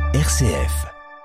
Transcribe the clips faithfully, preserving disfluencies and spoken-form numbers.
R C F.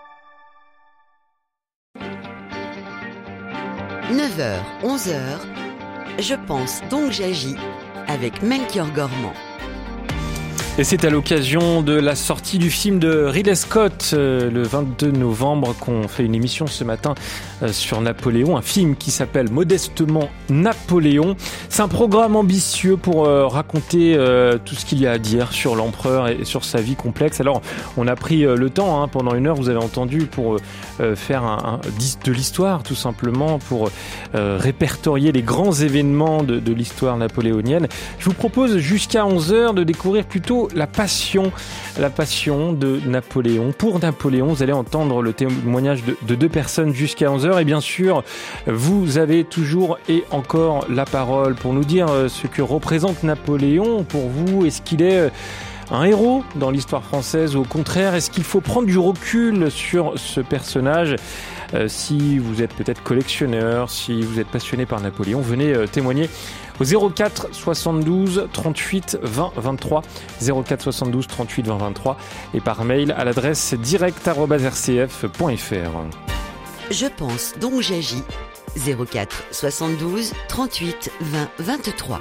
neuf heures, onze heures, je pense donc j'agis avec Melchior Gormand. Et c'est à l'occasion de la sortie du film de Ridley Scott euh, le vingt-deux novembre qu'on fait une émission ce matin euh, sur Napoléon, un film qui s'appelle modestement Napoléon. C'est un programme ambitieux pour euh, raconter euh, tout ce qu'il y a à dire sur l'empereur et, et sur sa vie complexe. Alors on a pris euh, le temps, hein, pendant une heure vous avez entendu, pour euh, faire un, un, de l'histoire tout simplement, pour euh, répertorier les grands événements de, de l'histoire napoléonienne. Je vous propose jusqu'à onze heures de découvrir plutôt la passion, la passion de Napoléon. Pour Napoléon, vous allez entendre le témoignage de, de deux personnes jusqu'à onze heures. Et bien sûr, vous avez toujours et encore la parole pour nous dire ce que représente Napoléon pour vous. Est-ce qu'il est un héros dans l'histoire française ou au contraire, est-ce qu'il faut prendre du recul sur ce personnage ? Euh, si vous êtes peut-être collectionneur, si vous êtes passionné par Napoléon, venez euh, témoigner au zéro quatre soixante-douze trente-huit vingt vingt-trois, zéro quatre soixante-douze trente-huit vingt vingt-trois et par mail à l'adresse direct arobase r c f point f r. Je pense donc j'agis, zéro quatre soixante-douze trente-huit vingt vingt-trois.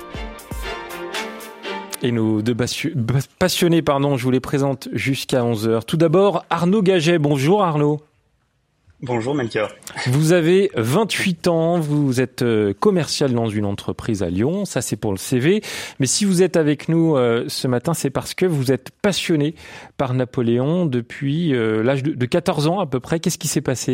Et nos deux passionnés, pardon, je vous les présente jusqu'à onze heures. Tout d'abord, Arnaud Gaget. Bonjour Arnaud. Bonjour Melchior. Vous avez vingt-huit ans, vous êtes commercial dans une entreprise à Lyon, ça c'est pour le C V. Mais si vous êtes avec nous euh, ce matin, c'est parce que vous êtes passionné par Napoléon depuis euh, l'âge de, de quatorze ans à peu près. Qu'est-ce qui s'est passé ?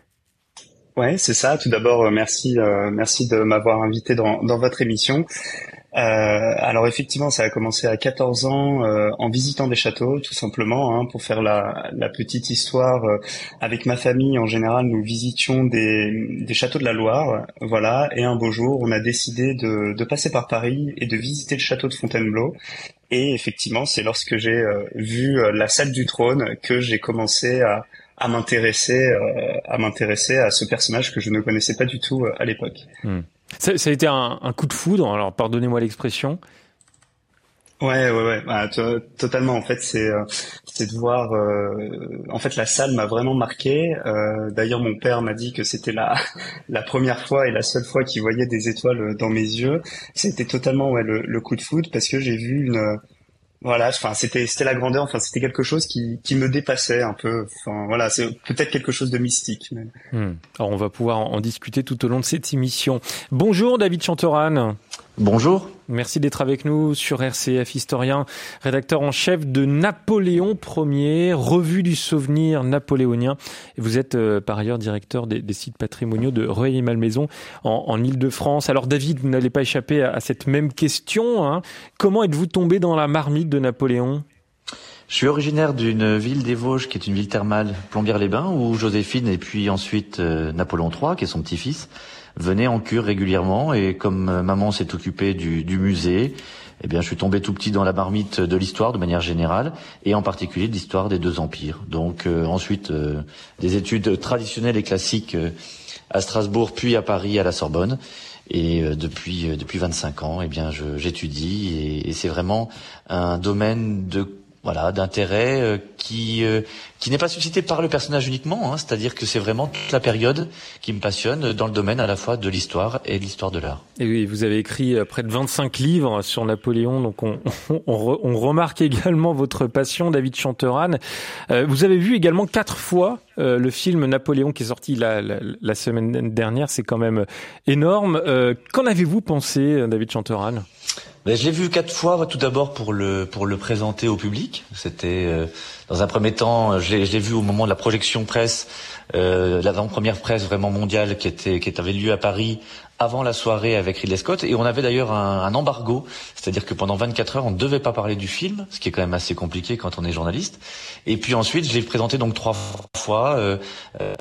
Ouais, c'est ça. Tout d'abord, euh, merci, euh, merci de m'avoir invité dans, dans votre émission. Euh, alors effectivement, ça a commencé à quatorze ans euh, en visitant des châteaux, tout simplement, hein, pour faire la, la petite histoire. Euh, avec ma famille, en général, nous visitions des, des châteaux de la Loire, voilà. Et un beau jour, on a décidé de, de passer par Paris et de visiter le château de Fontainebleau. Et effectivement, c'est lorsque j'ai euh, vu euh, la salle du trône que j'ai commencé à, à m'intéresser, euh, à m'intéresser à ce personnage que je ne connaissais pas du tout euh, à l'époque. Mmh. Ça, ça a été un, un coup de foudre, alors pardonnez-moi l'expression. Ouais, ouais, ouais, bah, to- totalement. En fait, c'est, euh, c'est de voir. Euh, en fait, la salle m'a vraiment marqué. Euh, d'ailleurs, mon père m'a dit que c'était la la première fois et la seule fois qu'il voyait des étoiles dans mes yeux. C'était totalement ouais le, le coup de foudre parce que j'ai vu une. Voilà, enfin c'était c'était la grandeur, enfin c'était quelque chose qui qui me dépassait un peu. Enfin voilà, c'est peut-être quelque chose de mystique. Mais... Mmh. Alors on va pouvoir en, en discuter tout au long de cette émission. Bonjour David Chanteran. Bonjour. Merci d'être avec nous sur R C F, historien, rédacteur en chef de Napoléon Ier, revue du souvenir napoléonien. Et vous êtes euh, par ailleurs directeur des, des sites patrimoniaux de Rueil-Malmaison en, en Île-de-France. Alors David, vous n'allez pas échapper à, à cette même question, hein. Comment êtes-vous tombé dans la marmite de Napoléon ? Je suis originaire d'une ville des Vosges qui est une ville thermale, Plombières-les-Bains, où Joséphine et puis ensuite euh, Napoléon trois, qui est son petit-fils, venaient en cure régulièrement. Et comme euh, maman s'est occupée du, du musée, eh bien, je suis tombé tout petit dans la marmite de l'histoire de manière générale, et en particulier de l'histoire des deux empires. Donc euh, ensuite, euh, des études traditionnelles et classiques euh, à Strasbourg, puis à Paris, à la Sorbonne. Et euh, depuis euh, depuis vingt-cinq ans, eh bien, je, j'étudie, et, et c'est vraiment un domaine de Voilà, d'intérêt euh, qui euh, qui n'est pas suscité par le personnage uniquement, hein, c'est-à-dire que c'est vraiment toute la période qui me passionne dans le domaine à la fois de l'histoire et de l'histoire de l'art. Et oui, vous avez écrit près de vingt-cinq livres sur Napoléon, donc on, on, on remarque également votre passion, David Chanteran. Euh, vous avez vu également quatre fois euh, le film Napoléon qui est sorti la, la, la semaine dernière, c'est quand même énorme. Euh, qu'en avez-vous pensé, David Chanteran ? Ben, je l'ai vu quatre fois, tout d'abord pour le pour le présenter au public. C'était euh, dans un premier temps, je l'ai, je l'ai vu au moment de la projection presse, euh, l'avant-première presse vraiment mondiale qui était qui avait lieu à Paris avant la soirée avec Ridley Scott, et on avait d'ailleurs un, un embargo, c'est-à-dire que pendant vingt-quatre heures on ne devait pas parler du film, ce qui est quand même assez compliqué quand on est journaliste. Et puis ensuite, je l'ai présenté donc trois fois. Euh, euh,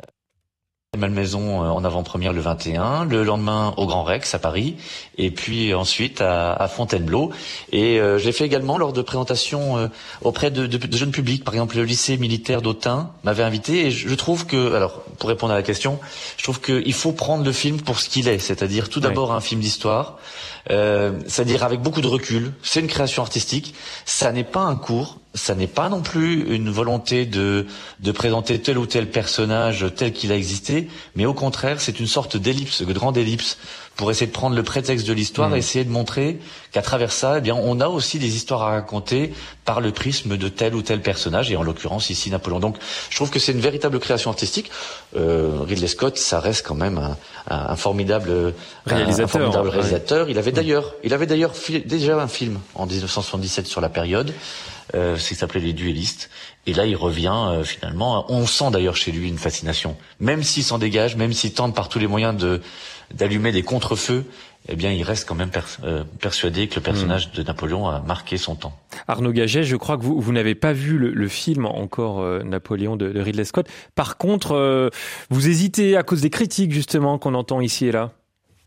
Malmaison en avant-première le vingt et un, le lendemain au Grand Rex à Paris, et puis ensuite à, à Fontainebleau. Et euh, j'ai fait également lors de présentations euh, auprès de, de, de jeunes publics, par exemple le lycée militaire d'Autun m'avait invité, et je, je trouve que, alors pour répondre à la question, je trouve qu'il faut prendre le film pour ce qu'il est, c'est-à-dire tout d'abord oui. un film d'histoire, euh, c'est-à-dire avec beaucoup de recul. C'est une création artistique, ça n'est pas un cours. ça n'est pas non plus une volonté de de présenter tel ou tel personnage tel qu'il a existé, mais au contraire, c'est une sorte d'ellipse, de grande ellipse, pour essayer de prendre le prétexte de l'histoire mmh. et essayer de montrer qu'à travers ça, eh bien, on a aussi des histoires à raconter par le prisme de tel ou tel personnage, et en l'occurrence ici Napoléon. Donc, je trouve que c'est une véritable création artistique. Euh, Ridley Scott, ça reste quand même un, un, un formidable réalisateur. Un, un formidable réalisateur. Ouais. Il avait d'ailleurs, il avait d'ailleurs fi- déjà un film en dix-neuf cent soixante-dix-sept sur la période. Euh, c'est qui s'appelait Les Duellistes, et là il revient euh, finalement. On sent d'ailleurs chez lui une fascination, même s'il s'en dégage, même s'il tente par tous les moyens de d'allumer des contre-feux. Eh bien, il reste quand même pers- euh, persuadé que le personnage mmh. de Napoléon a marqué son temps. Arnaud Gaget, je crois que vous, vous n'avez pas vu le, le film encore euh, Napoléon de, de Ridley Scott. Par contre, euh, vous hésitez à cause des critiques justement qu'on entend ici et là.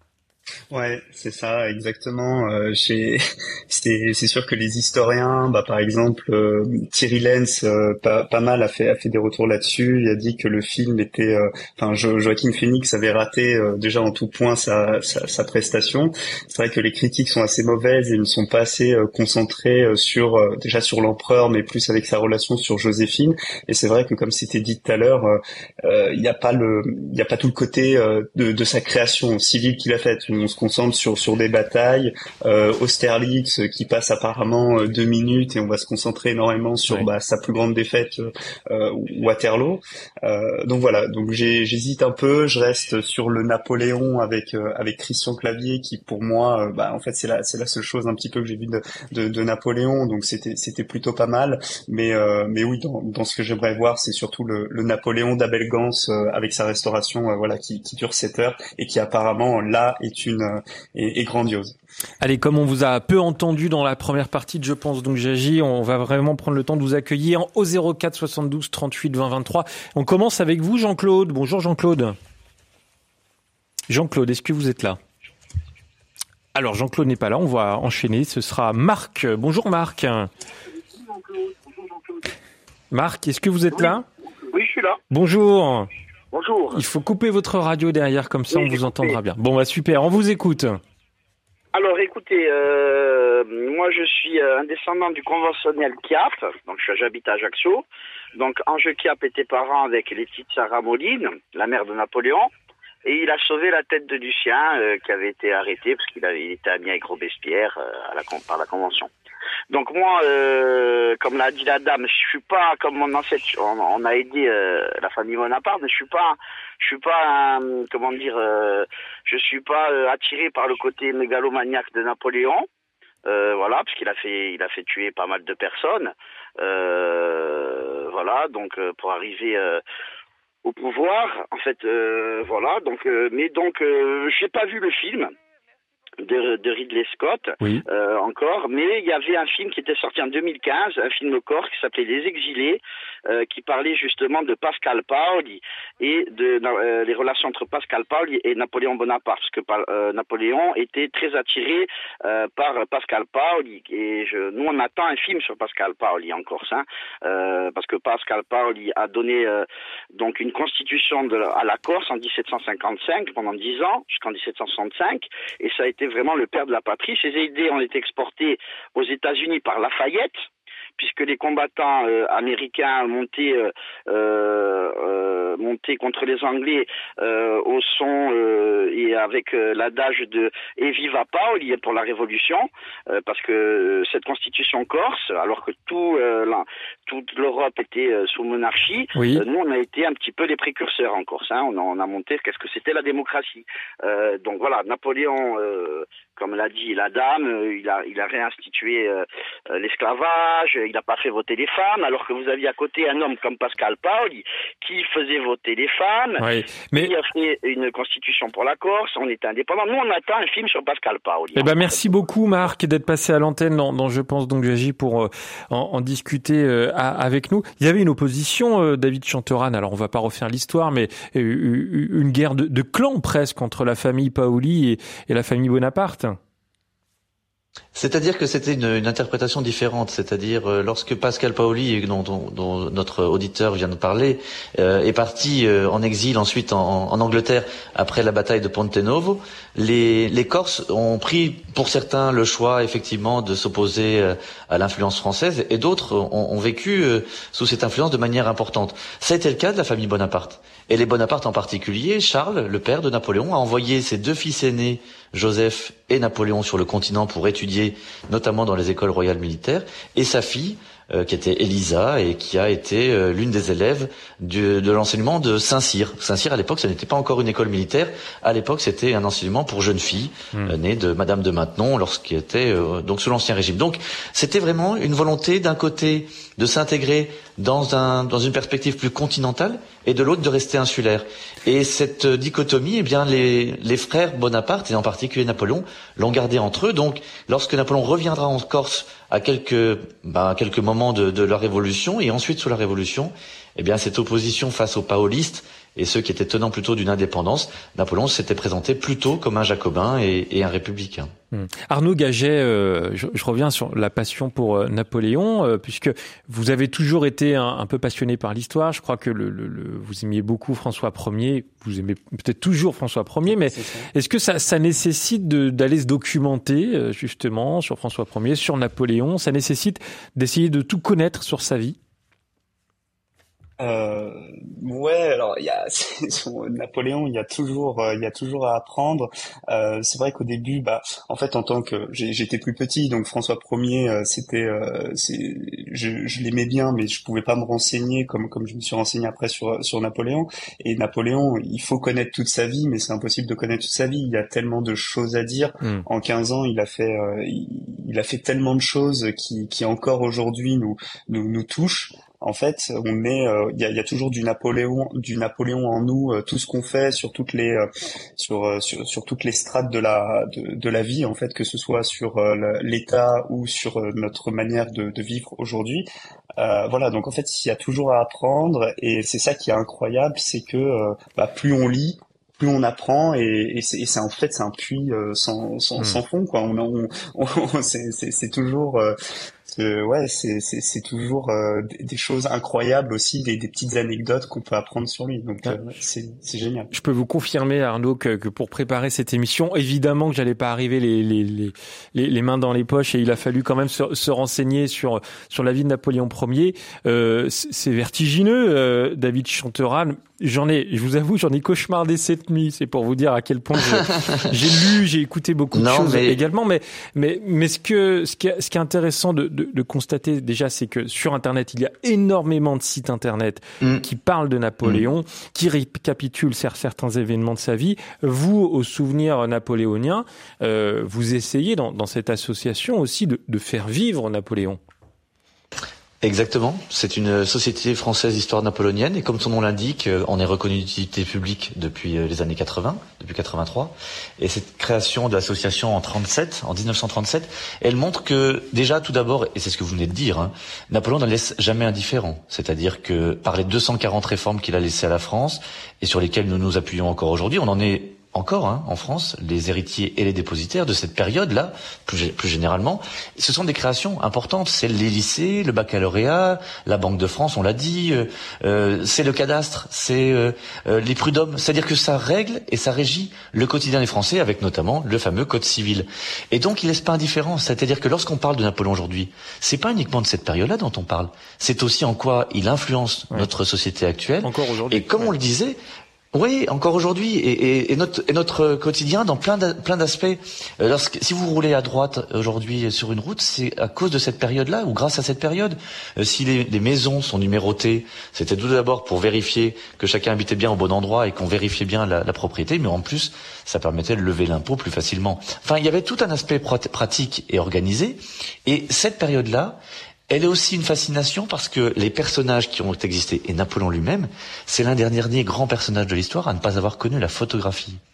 Ouais, c'est ça, exactement. Euh, chez... c'est, c'est sûr que les historiens, bah, par exemple, euh, Thierry Lenz, euh, pas, pas mal a fait, a fait des retours là-dessus. Il a dit que le film était, euh, enfin, jo- Joaquin Phoenix avait raté euh, déjà en tout point sa, sa, sa prestation. C'est vrai que les critiques sont assez mauvaises et ne sont pas assez euh, concentrées euh, sur, euh, déjà sur l'empereur, mais plus avec sa relation sur Joséphine. Et c'est vrai que, comme c'était dit tout à l'heure, il euh, n'y euh, a pas le, il y a pas tout le côté euh, de, de sa création civile qu'il a faite. On se concentre sur sur des batailles, euh, Austerlitz qui passe apparemment euh, deux minutes, et on va se concentrer énormément sur oui. bah, sa plus grande défaite, euh, Waterloo. Euh, donc voilà, donc j'ai, j'hésite un peu, je reste sur le Napoléon avec euh, avec Christian Clavier, qui pour moi, euh, bah en fait c'est la c'est la seule chose un petit peu que j'ai vu de de, de Napoléon, donc c'était c'était plutôt pas mal. Mais euh, mais oui, dans dans ce que j'aimerais voir, c'est surtout le, le Napoléon d'Abel Gans euh, avec sa restauration, euh, voilà, qui qui dure sept heures et qui apparemment là est une est, est grandiose. Allez, comme on vous a peu entendu dans la première partie de Je pense donc j'agis, on va vraiment prendre le temps de vous accueillir au zéro quatre soixante-douze trente-huit vingt vingt-trois. On commence avec vous, Jean-Claude. Bonjour Jean-Claude. Jean-Claude, est-ce que vous êtes là ? Alors Jean-Claude n'est pas là, on va enchaîner. Ce sera Marc. Bonjour Marc. Marc, est-ce que vous êtes oui. là ? Oui, je suis là. Bonjour. Bonjour. Il faut couper votre radio derrière, comme ça oui, on vous coupé. entendra bien. Bon, bah super, on vous écoute. Alors écoutez, euh, moi je suis un descendant du conventionnel K I A P, donc j'habite à Ajaccio. Donc Ange K I A P était parent avec Laetitia Ramoline, la mère de Napoléon, et il a sauvé la tête de Lucien euh, qui avait été arrêté parce qu'il avait, il était ami avec Robespierre euh, à la, par la Convention. Donc moi, euh, comme l'a dit la dame, je suis pas comme mon ancêtre. On, on a aidé euh, la famille Bonaparte, mais je suis pas, je suis pas, euh, comment dire, euh, je suis pas euh, attiré par le côté mégalomaniaque de Napoléon. Euh, voilà, parce qu'il a fait, il a fait tuer pas mal de personnes. Euh, voilà, donc euh, pour arriver euh, au pouvoir, en fait, euh, voilà. Donc, euh, mais donc, euh, j'ai pas vu le film de, de Ridley Scott, oui. euh, encore, mais il y avait un film qui était sorti en deux mille quinze, un film corse qui s'appelait Les Exilés, euh, qui parlait justement de Pascal Paoli et de euh, les relations entre Pascal Paoli et Napoléon Bonaparte, parce que euh, Napoléon était très attiré euh, par Pascal Paoli, et je, nous on attend un film sur Pascal Paoli en Corse, hein, euh, parce que Pascal Paoli a donné euh, donc une constitution de, à la Corse en dix-sept cent cinquante-cinq pendant dix ans jusqu'en dix-sept cent soixante-cinq, et ça a été vraiment le père de la patrie. Ses idées ont été exportées aux États-Unis par Lafayette, puisque les combattants euh, américains montaient, euh, euh, montaient contre les Anglais euh, au son euh, et avec euh, l'adage de « Et viva Paoli » pour la Révolution, euh, parce que cette constitution corse, alors que tout, euh, la, toute l'Europe était euh, sous monarchie, oui. euh, nous on a été un petit peu les précurseurs en Corse, hein, on, a, on a monté qu'est-ce que c'était la démocratie. Euh, donc voilà, Napoléon, euh, comme l'a dit la dame, euh, il, a, il a réinstitué euh, l'esclavage, il n'a pas fait voter les femmes, alors que vous aviez à côté un homme comme Pascal Paoli qui faisait voter les femmes, oui, mais... qui a fait une constitution pour la Corse, on est indépendant. Nous, on attend un film sur Pascal Paoli. Eh ben, merci beaucoup, Marc, d'être passé à l'antenne dans, dans Je pense donc j'agis pour euh, en, en discuter euh, à, avec nous. Il y avait une opposition, euh, David Chanteran, alors on va pas refaire l'histoire, mais euh, une guerre de, de clans presque entre la famille Paoli et, et la famille Bonaparte. C'est-à-dire que c'était une, une interprétation différente. C'est-à-dire euh, lorsque Pascal Paoli, dont, dont, dont notre auditeur vient de parler, euh, est parti euh, en exil ensuite en, en Angleterre après la bataille de Ponte Novo, les, les Corses ont pris pour certains le choix effectivement de s'opposer euh, à l'influence française, et d'autres ont, ont vécu euh, sous cette influence de manière importante. Ça a été le cas de la famille Bonaparte. Et les Bonaparte en particulier, Charles, le père de Napoléon, a envoyé ses deux fils aînés, Joseph et Napoléon, sur le continent pour étudier, notamment dans les écoles royales militaires, et sa fille, euh, qui était Elisa, et qui a été euh, l'une des élèves du, de l'enseignement de Saint-Cyr. Saint-Cyr, à l'époque, ce n'était pas encore une école militaire. À l'époque, c'était un enseignement pour jeunes filles, mmh. euh, nées de Madame de Maintenon, lorsqu'elle était euh, donc sous l'Ancien Régime. Donc, c'était vraiment une volonté, d'un côté, de s'intégrer dans un dans une perspective plus continentale, et de l'autre de rester insulaire. Et cette dichotomie, eh bien les les frères Bonaparte, et en particulier Napoléon, l'ont gardée entre eux. Donc lorsque Napoléon reviendra en Corse à quelques bah, à quelques moments de, de la Révolution, et ensuite sous la Révolution, eh bien cette opposition face aux paolistes et ceux qui étaient tenants plutôt d'une indépendance, Napoléon s'était présenté plutôt comme un jacobin et, et un républicain. Mmh. Arnaud Gaget, euh, je, je reviens sur la passion pour euh, Napoléon, euh, puisque vous avez toujours été un, un peu passionné par l'histoire. Je crois que le, le, le, vous aimiez beaucoup François Ier, vous aimez peut-être toujours François Ier, mais est-ce que ça, ça nécessite de, d'aller se documenter euh, justement sur François Ier, sur Napoléon? Ça nécessite d'essayer de tout connaître sur sa vie? Euh, ouais, alors il y a Napoléon, il y a toujours, euh, il y a toujours à apprendre. Euh, c'est vrai qu'au début, bah, en fait, en tant que j'ai, j'étais plus petit, donc François Ier, euh, c'était, euh, c'est, je, je l'aimais bien, mais je pouvais pas me renseigner comme comme je me suis renseigné après sur sur Napoléon. Et Napoléon, il faut connaître toute sa vie, mais c'est impossible de connaître toute sa vie. Il y a tellement de choses à dire. Mmh. En quinze ans, il a fait, euh, il, il a fait tellement de choses qui qui encore aujourd'hui nous nous nous touchent. En fait, on est, il euh, y, a, y a toujours du Napoléon, du Napoléon en nous. Euh, tout ce qu'on fait sur toutes les, euh, sur, euh, sur sur toutes les strates de la de, de la vie, en fait, que ce soit sur euh, l'État ou sur euh, notre manière de, de vivre aujourd'hui. Euh, voilà, donc en fait, il y a toujours à apprendre, et c'est ça qui est incroyable, c'est que euh, bah, plus on lit, plus on apprend, et, et, c'est, et c'est en fait c'est un puits euh, sans sans, mmh. sans fond, quoi. On, on, on, on c'est, c'est c'est toujours euh, Euh, ouais, c'est c'est c'est toujours euh, des, des choses incroyables aussi, des, des petites anecdotes qu'on peut apprendre sur lui. Donc euh, c'est c'est génial. Je peux vous confirmer, Arnaud, que, que pour préparer cette émission, évidemment que j'allais pas arriver les les les les mains dans les poches, et il a fallu quand même se, se renseigner sur sur la vie de Napoléon Ier. Euh, c'est vertigineux, euh, David Chanteral. J'en ai, je vous avoue, j'en ai cauchemardé cette nuit. C'est pour vous dire à quel point je, j'ai lu, j'ai écouté beaucoup de non, choses mais... également. Mais mais mais ce que ce qui est, ce qui est intéressant de, de de constater déjà, c'est que sur Internet, il y a énormément de sites Internet mmh. qui parlent de Napoléon, mmh. qui récapitulent certains événements de sa vie. Vous, au souvenir napoléonien, euh, vous essayez dans, dans cette association aussi de, de faire vivre Napoléon. Exactement. C'est une société française d'histoire napoléonienne, et comme son nom l'indique, on est reconnu d'utilité publique depuis les années quatre-vingts, depuis quatre-vingt-trois. Et cette création de l'association en trente-sept, en dix-neuf cent trente-sept, elle montre que déjà, tout d'abord, et c'est ce que vous venez de dire, hein, Napoléon ne laisse jamais indifférent. C'est-à-dire que par les deux cent quarante réformes qu'il a laissées à la France, et sur lesquelles nous nous appuyons encore aujourd'hui, on en est encore hein, en France, les héritiers et les dépositaires de cette période-là, plus, plus généralement, ce sont des créations importantes. C'est les lycées, le baccalauréat, la Banque de France, on l'a dit, euh, euh, c'est le cadastre, c'est euh, euh, les prud'hommes. C'est-à-dire que ça règle et ça régit le quotidien des Français, avec notamment le fameux Code civil. Et donc, il laisse pas indifférent. C'est-à-dire que lorsqu'on parle de Napoléon aujourd'hui, c'est pas uniquement de cette période-là dont on parle. C'est aussi en quoi il influence ouais. notre société actuelle. Encore aujourd'hui. Et comme ouais. on le disait, oui, encore aujourd'hui, et, et, et, notre, et notre quotidien dans plein d'a, plein d'aspects. Euh, lorsque, si vous roulez à droite aujourd'hui sur une route, c'est à cause de cette période-là ou grâce à cette période. Euh, si les, les maisons sont numérotées, c'était tout d'abord pour vérifier que chacun habitait bien au bon endroit et qu'on vérifiait bien la, la propriété, mais en plus, ça permettait de lever l'impôt plus facilement. Enfin, il y avait tout un aspect pratique et organisé, et cette période-là, elle est aussi une fascination parce que les personnages qui ont existé, et Napoléon lui-même, c'est l'un des derniers grands personnages de l'histoire à ne pas avoir connu la photographie.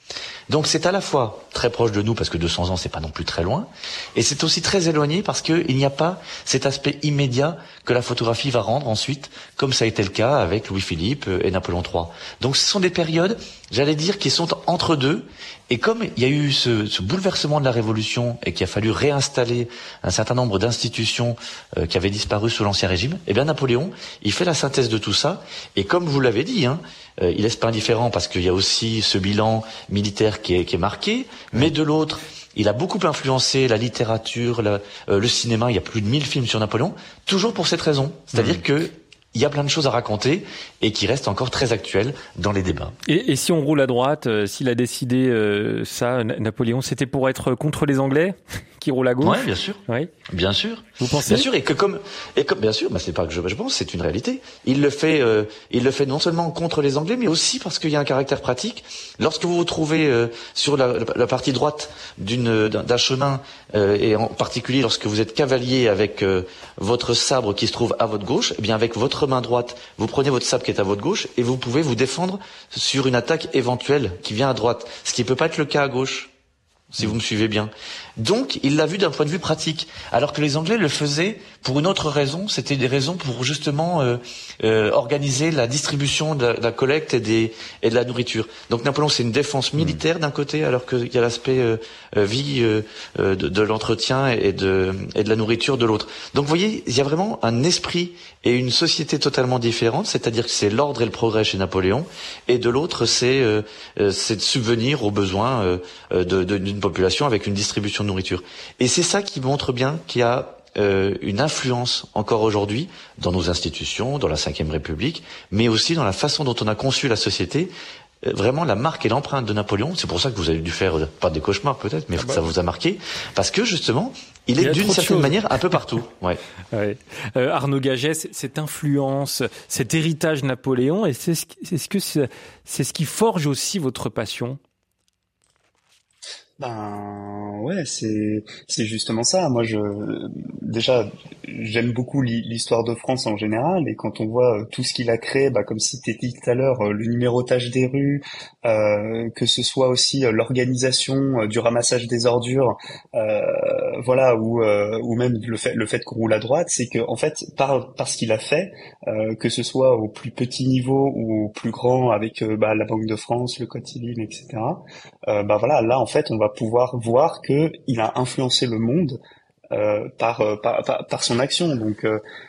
Donc c'est à la fois très proche de nous parce que deux cents ans c'est pas non plus très loin, et c'est aussi très éloigné parce que il n'y a pas cet aspect immédiat que la photographie va rendre ensuite, comme ça a été le cas avec Louis-Philippe et Napoléon trois. Donc ce sont des périodes, j'allais dire, qui sont entre deux. Et comme il y a eu ce, ce bouleversement de la Révolution et qu'il a fallu réinstaller un certain nombre d'institutions euh, qui avaient disparu sous l'Ancien Régime, eh bien Napoléon, il fait la synthèse de tout ça. Et comme vous l'avez dit, hein, euh, il laisse pas indifférent parce qu'il y a aussi ce bilan militaire qui est, qui est marqué, mais de l'autre, il a beaucoup influencé la littérature, la, euh, le cinéma. Il y a plus de mille films sur Napoléon, toujours pour cette raison. C'est-à-dire mmh. que il y a plein de choses à raconter et qui restent encore très actuelles dans les débats. Et, et si on roule à droite, euh, s'il a décidé euh, ça, Napoléon, c'était pour être contre les Anglais qui roulent à gauche? Oui, bien sûr. Oui. Bien sûr. Vous pensez? Bien sûr, et que comme, et comme, bien sûr, bah c'est pas que je, je pense, c'est une réalité. Il le fait, euh, il le fait non seulement contre les Anglais, mais aussi parce qu'il y a un caractère pratique. Lorsque vous vous trouvez euh, sur la, la partie droite d'une, d'un, d'un chemin, euh, et en particulier lorsque vous êtes cavalier avec euh, votre sabre qui se trouve à votre gauche, eh bien avec votre main droite, vous prenez votre sabre qui est à votre gauche et vous pouvez vous défendre sur une attaque éventuelle qui vient à droite, ce qui peut pas être le cas à gauche. Si vous me suivez bien. Donc, il l'a vu d'un point de vue pratique, alors que les Anglais le faisaient pour une autre raison. C'était des raisons pour justement euh, euh, organiser la distribution de la, de la collecte et, des, et de la nourriture. Donc, Napoléon, c'est une défense militaire d'un côté, alors qu'il y a l'aspect euh, euh, vie euh, euh, de, de l'entretien et de, et de la nourriture de l'autre. Donc, vous voyez, il y a vraiment un esprit et une société totalement différente. C'est-à-dire que c'est l'ordre et le progrès chez Napoléon, et de l'autre, c'est, euh, euh, c'est de subvenir aux besoins euh, de, de, d'une population avec une distribution de nourriture. Et c'est ça qui montre bien qu'il y a euh, une influence encore aujourd'hui dans nos institutions, dans la Cinquième République, mais aussi dans la façon dont on a conçu la société. Euh, vraiment la marque et l'empreinte de Napoléon, c'est pour ça que vous avez dû faire, euh, pas des cauchemars peut-être, mais ah bah. ça vous a marqué, parce que justement, il, il est d'une certaine manière un peu partout. Ouais. Ouais. Euh, Arnaud Gaget, cette influence, cet héritage Napoléon, et c'est ce, c'est ce que c'est, c'est ce qui forge aussi votre passion? Ben ouais, c'est c'est justement ça. Moi, je déjà j'aime beaucoup l'histoire de France en général, et quand on voit tout ce qu'il a créé, bah comme si t'étais dit tout à l'heure, le numérotage des rues, euh, que ce soit aussi l'organisation du ramassage des ordures, euh, voilà, ou euh, ou même le fait le fait qu'on roule à droite, c'est que en fait par par ce qu'il a fait, euh, que ce soit au plus petit niveau ou au plus grand avec euh, bah, la Banque de France, le Code civil, et cetera. Euh, bah voilà, là en fait on va pouvoir voir que il a influencé le monde euh, par, par par par son action. Donc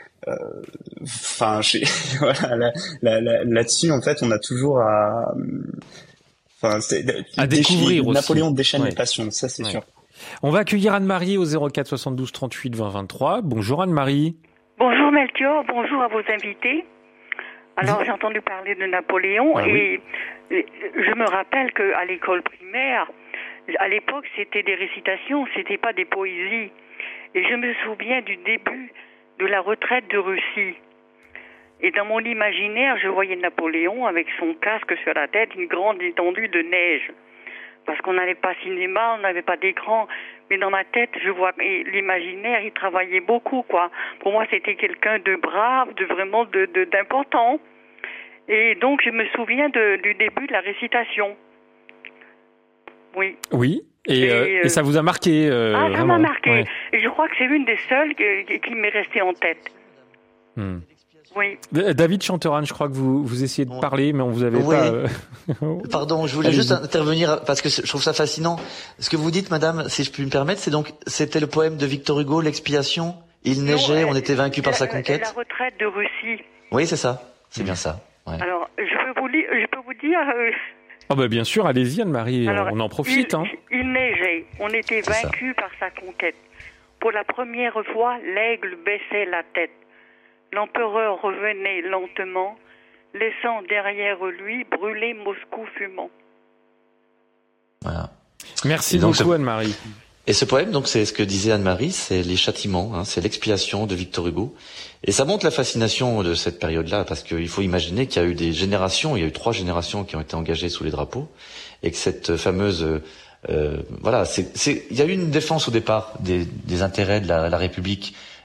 enfin euh, voilà, là, là, là, là-dessus en fait on a toujours à enfin c'est à découvrir aussi. Napoléon déchaîne ouais. les passions, ça c'est ouais. sûr. On va accueillir Anne-Marie au zéro quatre soixante-douze trente-huit vingt vingt-trois. Bonjour Anne-Marie. Bonjour Melchior, bonjour à vos invités. Alors, j'ai entendu parler de Napoléon ah, et oui. je me rappelle qu'à l'école primaire, à l'époque, c'était des récitations, c'était pas des poésies. Et je me souviens du début de la retraite de Russie. Et dans mon imaginaire, je voyais Napoléon avec son casque sur la tête, une grande étendue de neige. Parce qu'on n'avait pas cinéma, on n'avait pas d'écran. Mais dans ma tête, je vois et l'imaginaire, il travaillait beaucoup, quoi. Pour moi, c'était quelqu'un de brave, de vraiment de, de d'important. Et donc, je me souviens de, du début de la récitation. Oui. Oui. Et, et, euh, et ça vous a marqué euh, Ah, ça vraiment. m'a marqué. Ouais. Et je crois que c'est une des seules qui, qui m'est restée en tête. Hmm. Oui. David Chanteran, je crois que vous, vous essayez de parler, mais on vous avait oui. pas... Euh... Pardon, je voulais Allez-y. juste intervenir parce que je trouve ça fascinant. Ce que vous dites, madame, si je puis me permettre, c'est donc, c'était le poème de Victor Hugo, L'Expiation. Il neigeait, non, on était vaincu par sa conquête. La retraite de Russie. Oui, c'est ça. C'est mmh. bien ça. Ouais. Alors, je peux vous, li- je peux vous dire... Euh... Oh bah bien sûr, allez-y Anne-Marie, Alors, on en profite. Il, hein. il neigeait, on était vaincu par sa conquête. Pour la première fois, l'aigle baissait la tête. L'empereur revenait lentement, laissant derrière lui brûler Moscou fumant. Voilà. Merci donc, beaucoup ce... Anne-Marie. Et ce poème, donc, c'est ce que disait Anne-Marie, c'est les châtiments, hein, c'est l'expiation de Victor Hugo. Et ça montre la fascination de cette période-là, parce qu'il faut imaginer qu'il y a eu des générations, il y a eu trois générations qui ont été engagées sous les drapeaux, et que cette fameuse, euh, voilà, c'est, c'est, il y a eu une défense au départ des, des intérêts de la, la République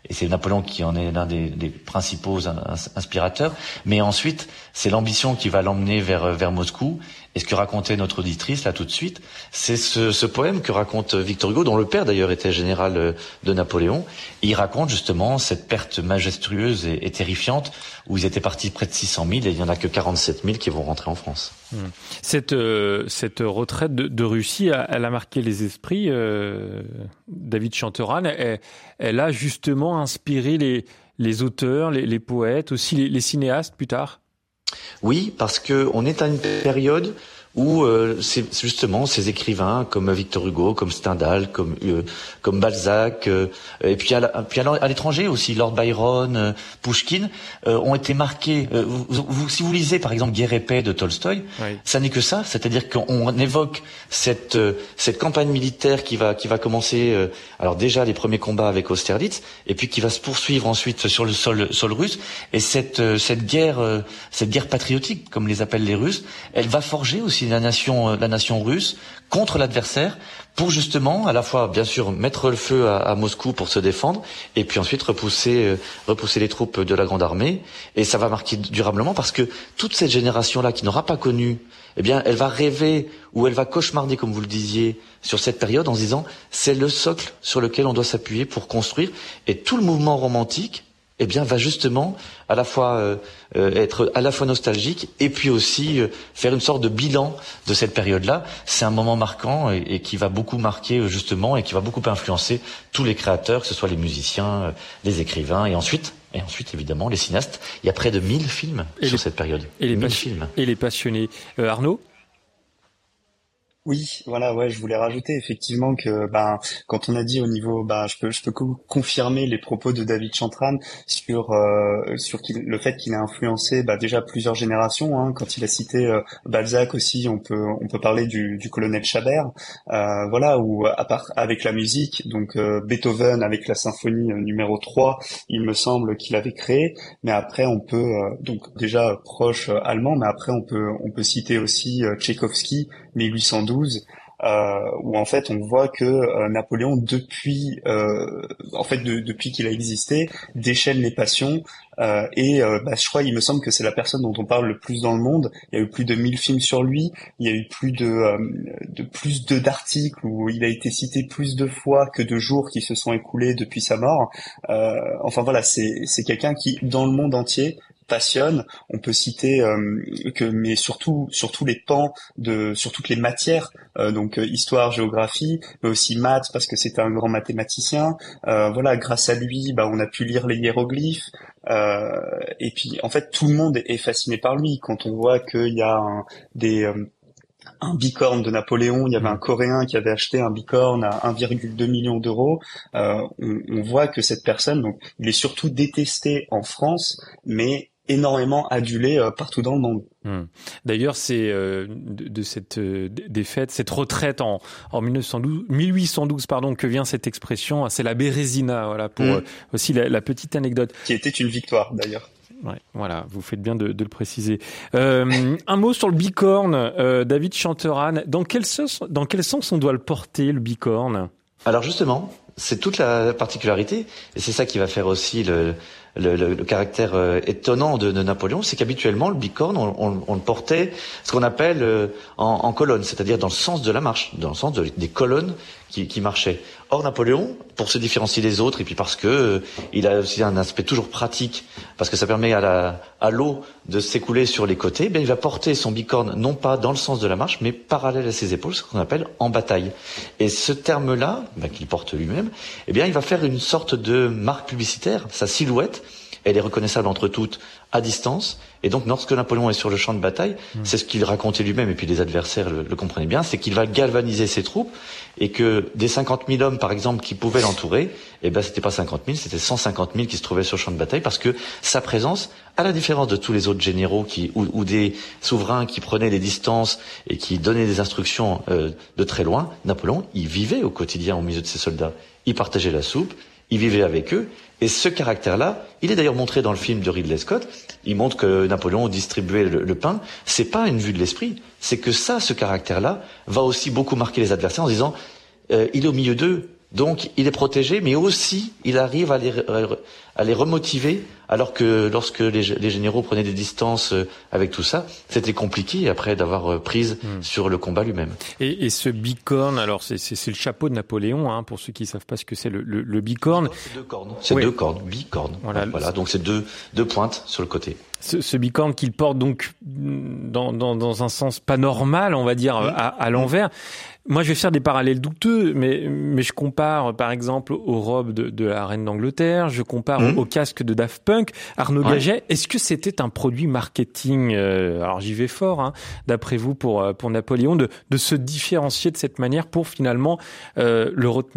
et c'est Napoléon qui en est l'un des, des principaux inspirateurs. Mais ensuite, c'est l'ambition qui va l'emmener vers vers Moscou. Et ce que racontait notre auditrice là tout de suite, c'est ce, ce poème que raconte Victor Hugo, dont le père d'ailleurs était général de Napoléon. Et il raconte justement cette perte majestueuse et, et terrifiante où ils étaient partis près de six cent mille et il y en a que quarante-sept mille qui vont rentrer en France. Cette euh, cette retraite de, de Russie, elle a marqué les esprits. Euh, David Chanteran, elle, elle a justement inspiré les les auteurs, les, les poètes, aussi les, les cinéastes plus tard. Oui, parce que on est à une période où euh, c'est justement ces écrivains comme Victor Hugo, comme Stendhal, comme euh, comme Balzac, euh, et puis à, la, puis à l'étranger aussi, Lord Byron, euh, Pouchkine, euh, ont été marqués. Euh, vous, vous, si vous lisez par exemple Guerre et paix de Tolstoï, oui. Ça n'est que ça, c'est-à-dire qu'on évoque cette euh, cette campagne militaire qui va qui va commencer. Euh, alors déjà les premiers combats avec Austerlitz, et puis qui va se poursuivre ensuite sur le sol sol russe. Et cette euh, cette guerre euh, cette guerre patriotique, comme les appellent les Russes, elle va forger aussi la nation, la nation russe contre l'adversaire pour justement à la fois bien sûr mettre le feu à, à Moscou pour se défendre et puis ensuite repousser euh, repousser les troupes de la Grande Armée. Et ça va marquer durablement parce que toute cette génération là qui n'aura pas connu, eh bien elle va rêver ou elle va cauchemarder comme vous le disiez sur cette période en se disant c'est le socle sur lequel on doit s'appuyer pour construire. Et tout le mouvement romantique eh bien, va justement à la fois euh, euh, être à la fois nostalgique et puis aussi euh, faire une sorte de bilan de cette période-là. C'est un moment marquant et, et qui va beaucoup marquer euh, justement et qui va beaucoup influencer tous les créateurs, que ce soit les musiciens, euh, les écrivains et ensuite et ensuite évidemment les cinéastes. Il y a près de mille films et sur les, cette période. Et les, mille passion- films. Et les passionnés. Euh, Arnaud ? Oui, voilà, ouais, je voulais rajouter effectivement que, ben, quand on a dit au niveau, ben, je peux, je peux co- confirmer les propos de David Chanteran sur euh, sur qu'il, le fait qu'il a influencé, bah, déjà plusieurs générations. Hein, quand il a cité euh, Balzac aussi, on peut on peut parler du, du colonel Chabert, euh, voilà, ou à part avec la musique, donc euh, Beethoven avec la symphonie euh, numéro trois, il me semble qu'il avait créé. Mais après, on peut euh, donc déjà proche euh, allemand, mais après on peut on peut citer aussi euh, Tchaïkovski. mille huit cent douze, euh, où en fait on voit que euh, Napoléon depuis euh, en fait de, depuis qu'il a existé déchaîne les passions euh, et euh, bah, je crois il me semble que c'est la personne dont on parle le plus dans le monde. Il y a eu plus de mille films sur lui, il y a eu plus de, euh, de plus de d'articles où il a été cité plus de fois que de jours qui se sont écoulés depuis sa mort. Euh, enfin voilà, c'est c'est quelqu'un qui dans le monde entier passionne. On peut citer euh, que, mais surtout sur tous les pans de, sur toutes les matières, euh, donc euh, histoire, géographie, mais aussi maths parce que c'était un grand mathématicien. Euh, voilà, grâce à lui, bah on a pu lire les hiéroglyphes. Euh, et puis en fait tout le monde est fasciné par lui. Quand on voit qu'il y a un, des euh, un bicorne de Napoléon, il y avait un Coréen qui avait acheté un bicorne à un virgule deux million d'euros. Euh, on, on voit que cette personne, donc, il est surtout détesté en France, mais énormément adulé euh, partout dans le monde. Hum. D'ailleurs, c'est euh, de, de cette euh, défaite, cette retraite en, en mille neuf cent douze, mille huit cent douze, pardon, que vient cette expression. C'est la Bérésina, voilà, pour hum. euh, aussi la, la petite anecdote. Qui était une victoire, d'ailleurs. Ouais, voilà, vous faites bien de, de le préciser. Euh, un mot sur le bicorne, euh, David Chanteran. Dans quel sens, dans quel sens on doit le porter, le bicorne ? Alors justement, c'est toute la particularité, et c'est ça qui va faire aussi le, le, le, le caractère euh, étonnant de, de Napoléon, c'est qu'habituellement le bicorne, on, on, on le portait ce qu'on appelle euh, en, en colonne, c'est-à-dire dans le sens de la marche, dans le sens de, des colonnes qui, qui marchaient. Or Napoléon, pour se différencier des autres, et puis parce que euh, il a aussi un aspect toujours pratique, parce que ça permet à la à l'eau de s'écouler sur les côtés, ben il va porter son bicorne non pas dans le sens de la marche, mais parallèle à ses épaules, ce qu'on appelle en bataille. Et ce terme-là, ben, qu'il porte lui-même, eh bien il va faire une sorte de marque publicitaire, sa silhouette. Elle est reconnaissable entre toutes à distance. Et donc, lorsque Napoléon est sur le champ de bataille, mmh. c'est ce qu'il racontait lui-même, et puis les adversaires le, le comprenaient bien, c'est qu'il va galvaniser ses troupes, et que des cinquante mille hommes, par exemple, qui pouvaient l'entourer, eh ben, c'était pas cinquante mille, c'était cent cinquante mille qui se trouvaient sur le champ de bataille, parce que sa présence, à la différence de tous les autres généraux qui, ou, ou des souverains qui prenaient les distances et qui donnaient des instructions euh, de très loin, Napoléon, il vivait au quotidien au milieu de ses soldats. Il partageait la soupe, il vivait avec eux, et ce caractère-là, il est d'ailleurs montré dans le film de Ridley Scott. Il montre que Napoléon distribuait le, le pain. C'est pas une vue de l'esprit, c'est que ça, ce caractère-là, va aussi beaucoup marquer les adversaires en disant, euh, il est au milieu d'eux, Donc, il est protégé, mais aussi, il arrive à les, à les remotiver, alors que lorsque les, les généraux prenaient des distances avec tout ça, c'était compliqué après d'avoir prise mmh. sur le combat lui-même. Et, et ce bicorne, alors c'est, c'est, c'est le chapeau de Napoléon, hein, pour ceux qui ne savent pas ce que c'est le, le, le bicorne. C'est deux cornes. C'est oui. deux cornes, bicorne. Voilà, voilà. Donc c'est deux, deux pointes sur le côté. Ce, ce bicorne qu'il porte donc dans, dans, dans un sens pas normal, on va dire, mmh. à, à l'envers. Moi, je vais faire des parallèles douteux, mais, mais je compare, par exemple, aux robes de, de la reine d'Angleterre, je compare mmh. au casque de Daft Punk. Arnaud ouais. Gaget, est-ce que c'était un produit marketing, euh, alors j'y vais fort, hein, d'après vous, pour, pour Napoléon, de, de se différencier de cette manière pour finalement euh, le retenir ?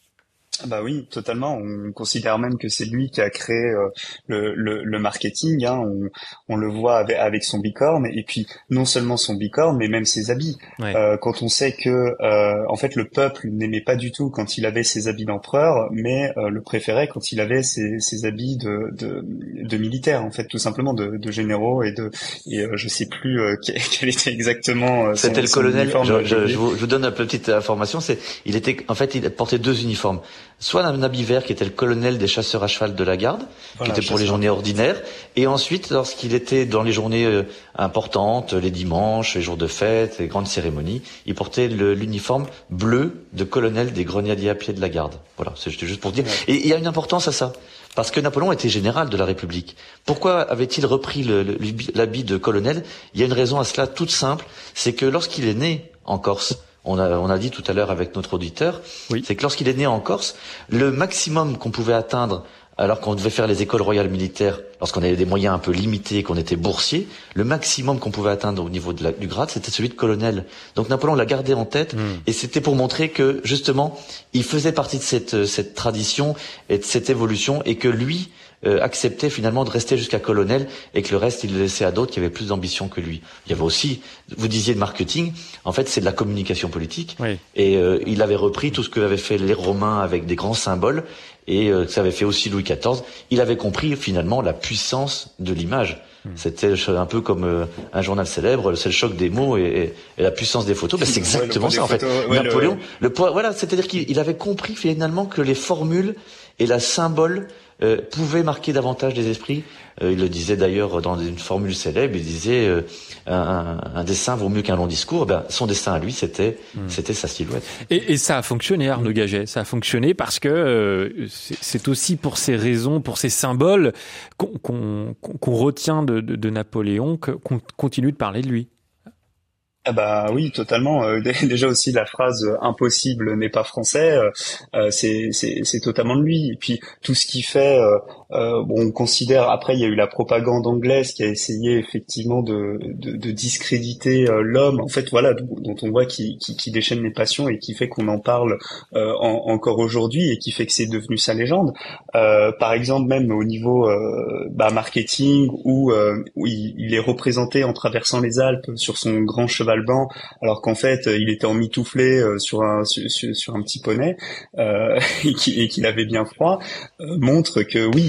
Bah oui, totalement. On considère même que c'est lui qui a créé euh, le, le, le marketing. Hein. On, on le voit avec, avec son bicorne, et puis non seulement son bicorne, mais même ses habits. Ouais. Euh, quand on sait que, euh, en fait, le peuple n'aimait pas du tout quand il avait ses habits d'empereur, mais euh, le préférait quand il avait ses, ses habits de, de, de militaire, en fait, tout simplement de, de généraux et de, et euh, je sais plus euh, quel, quel était exactement. Euh, C'était son, le colonel. Je, je, je, vous, je vous donne une petite information. C'est, il était, en fait, il portait deux uniformes. Soit un habit vert qui était le colonel des chasseurs à cheval de la garde, voilà, qui était pour les journées ordinaires, et ensuite lorsqu'il était dans les journées euh, importantes, les dimanches, les jours de fête, les grandes cérémonies, il portait le, l'uniforme bleu de colonel des grenadiers à pied de la garde. Voilà, c'est juste pour dire. Ouais. Et il y a une importance à ça, parce que Napoléon était général de la République. Pourquoi avait-il repris le, le, l'habit de colonel ? Il y a une raison à cela toute simple, c'est que lorsqu'il est né en Corse, On a, on a dit tout à l'heure avec notre auditeur, oui. c'est que lorsqu'il est né en Corse, le maximum qu'on pouvait atteindre, alors qu'on devait faire les écoles royales militaires, lorsqu'on avait des moyens un peu limités, qu'on était boursier, le maximum qu'on pouvait atteindre au niveau de la, du grade, c'était celui de colonel. Donc Napoléon l'a gardé en tête, mmh. et c'était pour montrer que, justement, il faisait partie de cette, cette tradition et de cette évolution, et que lui, Euh, acceptait finalement de rester jusqu'à colonel, et que le reste il le laissait à d'autres qui avaient plus d'ambition que lui. Il y avait aussi, vous disiez de marketing, en fait c'est de la communication politique, oui. et euh, il avait repris tout ce que avaient fait les Romains avec des grands symboles, et euh, ça avait fait aussi Louis quatorze. Il avait compris finalement la puissance de l'image. Mmh. C'était un peu comme euh, un journal célèbre, c'est le choc des mots et, et, et la puissance des photos. Ben, c'est exactement ouais, ça en fait. Ouais, Napoléon, le... le poids, voilà, c'est-à-dire qu'il avait compris finalement que les formules et la symbole Euh, pouvait marquer davantage les esprits. Euh, il le disait d'ailleurs dans une formule célèbre, il disait euh, un, un dessin vaut mieux qu'un long discours. Ben, son dessin à lui, c'était mmh. c'était sa silhouette. Et, et ça a fonctionné, Arnaud Gaget. Ça a fonctionné parce que euh, c'est, c'est aussi pour ces raisons, pour ces symboles qu'on, qu'on, qu'on retient de, de, de Napoléon, qu'on continue de parler de lui. Ah bah oui, totalement. Euh, déjà aussi la phrase euh, impossible n'est pas français, euh, c'est, c'est c'est totalement de lui. Et puis tout ce qu'il fait, euh, euh, bon, on considère. Après, il y a eu la propagande anglaise qui a essayé effectivement de de, de discréditer euh, l'homme. En fait, voilà, dont, dont on voit qui, qui qui déchaîne les passions et qui fait qu'on en parle euh, en, encore aujourd'hui et qui fait que c'est devenu sa légende. Euh, par exemple, même au niveau euh, bah, marketing, où, euh, où il, il est représenté en traversant les Alpes sur son grand cheval blanc, alors qu'en fait il était emmitouflé euh, sur un sur, sur un petit poney euh, et, qui, et qu'il avait bien froid, euh, montre que oui,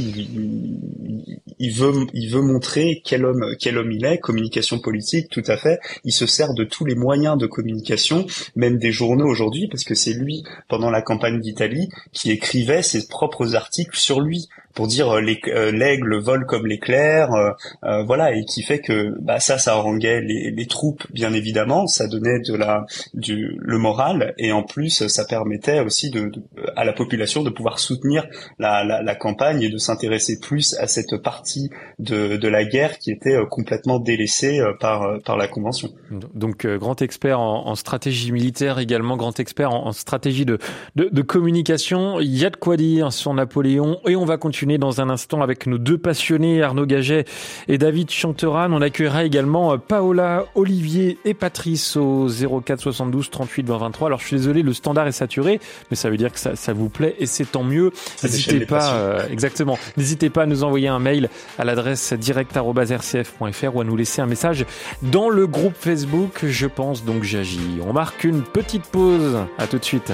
il, il veut il veut montrer quel homme quel homme il est. Communication politique, tout à fait. Il se sert de tous les moyens de communication, même des journaux aujourd'hui, parce que c'est lui pendant la campagne d'Italie qui écrivait ses propres articles sur lui pour dire euh, les, euh, l'aigle vole comme l'éclair, euh, euh, voilà, et qui fait que bah ça ça haranguait les, les troupes, bien évidemment, ça donnait de la du le moral, et en plus ça permettait aussi de, de à la population de pouvoir soutenir la, la, la campagne et de s'intéresser plus à cette partie de, de la guerre qui était complètement délaissée par par la Convention. Donc euh, grand expert en, en stratégie militaire, également grand expert en, en stratégie de, de de communication. Il y a de quoi dire sur Napoléon, et on va continuer dans un instant avec nos deux passionnés, Arnaud Gaget et David Chanteran. On accueillera également Paola, Olivier et Patrice au zéro quatre soixante-douze trente-huit vingt vingt-trois. Alors je suis désolé, le standard est saturé, mais ça veut dire que ça, ça vous plaît et c'est tant mieux. Ça N'hésitez pas, euh, exactement. N'hésitez pas à nous envoyer un mail à l'adresse direct arobase r c f point f r ou à nous laisser un message dans le groupe Facebook. Je pense donc j'agis. On marque une petite pause. À tout de suite.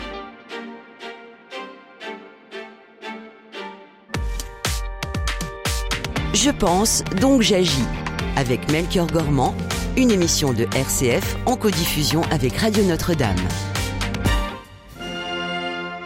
Je pense, donc j'agis. Avec Melchior Gormand, une émission de R C F en codiffusion avec Radio Notre-Dame.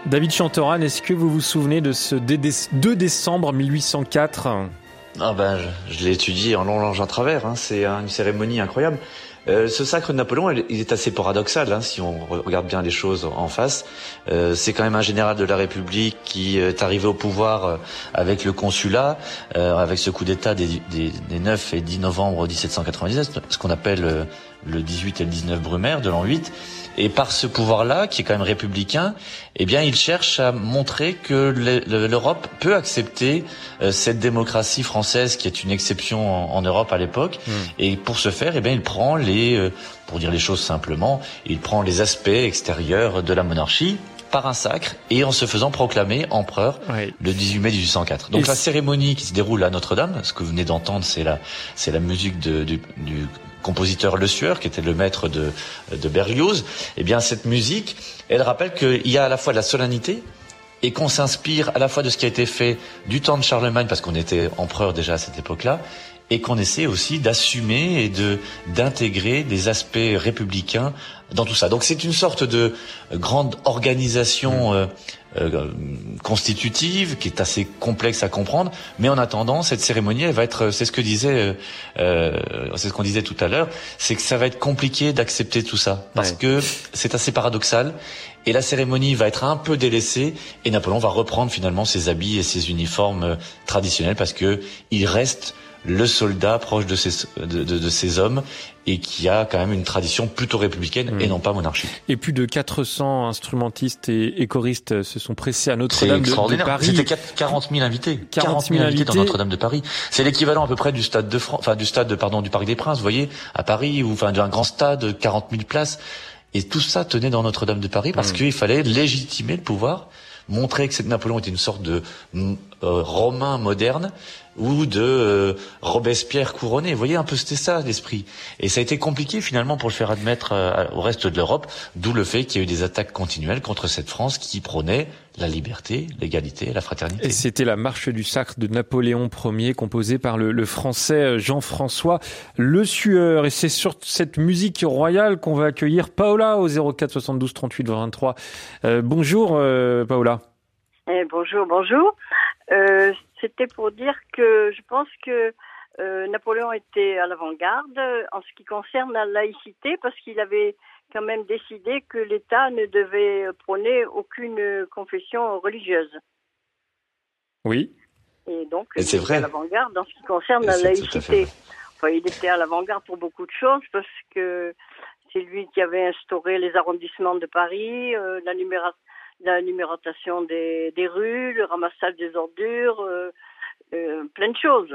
David Chantoran, est-ce que vous vous souvenez de ce deux décembre mille huit cent quatre? Ah ben, je, je l'ai étudié en long, large, en travers. Hein. C'est une cérémonie incroyable. Euh, ce sacre de Napoléon, il est assez paradoxal, hein, si on regarde bien les choses en face. Euh, c'est quand même un général de la République qui est arrivé au pouvoir euh, avec le consulat, euh, avec ce coup d'État des, des, des neuf et dix novembre dix-sept cent quatre-vingt-dix, ce qu'on appelle euh, le dix-huit et le dix-neuf Brumaire de l'an huit. Et par ce pouvoir-là, qui est quand même républicain, eh bien, il cherche à montrer que l'Europe peut accepter euh, cette démocratie française qui est une exception en, en Europe à l'époque. Mmh. Et pour ce faire, eh bien, il prend les, euh, pour dire les choses simplement, il prend les aspects extérieurs de la monarchie par un sacre et en se faisant proclamer empereur oui. le dix-huit mai mille huit cent quatre. Donc et la cérémonie qui se déroule à Notre-Dame, ce que vous venez d'entendre, c'est la, c'est la musique de, du, du compositeur Le Sueur, qui était le maître de, de Berlioz. Eh bien, cette musique, elle rappelle qu'il y a à la fois de la solennité et qu'on s'inspire à la fois de ce qui a été fait du temps de Charlemagne, parce qu'on était empereur déjà à cette époque-là, et qu'on essaie aussi d'assumer et de d'intégrer des aspects républicains dans tout ça. Donc c'est une sorte de grande organisation euh, euh, constitutive qui est assez complexe à comprendre, mais en attendant, cette cérémonie, elle va être, c'est ce que disait, euh, c'est ce qu'on disait tout à l'heure, c'est que ça va être compliqué d'accepter tout ça, parce ouais. que c'est assez paradoxal. Et la cérémonie va être un peu délaissée et Napoléon va reprendre finalement ses habits et ses uniformes traditionnels parce que il reste le soldat proche de ces, de, de, de ces hommes et qui a quand même une tradition plutôt républicaine mmh. et non pas monarchique. Et plus de quatre cents instrumentistes et, et choristes se sont pressés à Notre-Dame de, de Paris. C'était quarante mille invités. quarante mille invités dans Notre-Dame de Paris. C'est l'équivalent à peu près du stade de France, enfin du stade, pardon, du Parc des Princes, vous voyez, à Paris, ou enfin d'un grand stade, quarante mille places. Et tout ça tenait dans Notre-Dame de Paris parce mmh. qu'il fallait légitimer le pouvoir, montrer que Napoléon était une sorte de euh, Romain moderne ou de euh, Robespierre couronné. Vous voyez, un peu c'était ça l'esprit. Et ça a été compliqué finalement pour le faire admettre euh, au reste de l'Europe, d'où le fait qu'il y a eu des attaques continuelles contre cette France qui prônait la liberté, l'égalité, la fraternité. Et c'était la marche du sacre de Napoléon Ier, composée par le, le français Jean-François Le Sueur. Et c'est sur cette musique royale qu'on va accueillir Paola au zéro quatre soixante-douze trente-huit vingt-trois. Euh, bonjour euh, Paola. Eh, bonjour, bonjour. Euh, c'était pour dire que je pense que euh, Napoléon était à l'avant-garde en ce qui concerne la laïcité, parce qu'il avait quand même décidé que l'État ne devait prôner aucune confession religieuse. Oui. Et donc, et c'est il vrai. était à l'avant-garde en ce qui concerne et la laïcité. Enfin, il était à l'avant-garde pour beaucoup de choses, parce que c'est lui qui avait instauré les arrondissements de Paris, euh, la numération la numérotation des, des rues, le ramassage des ordures, euh, euh, plein de choses.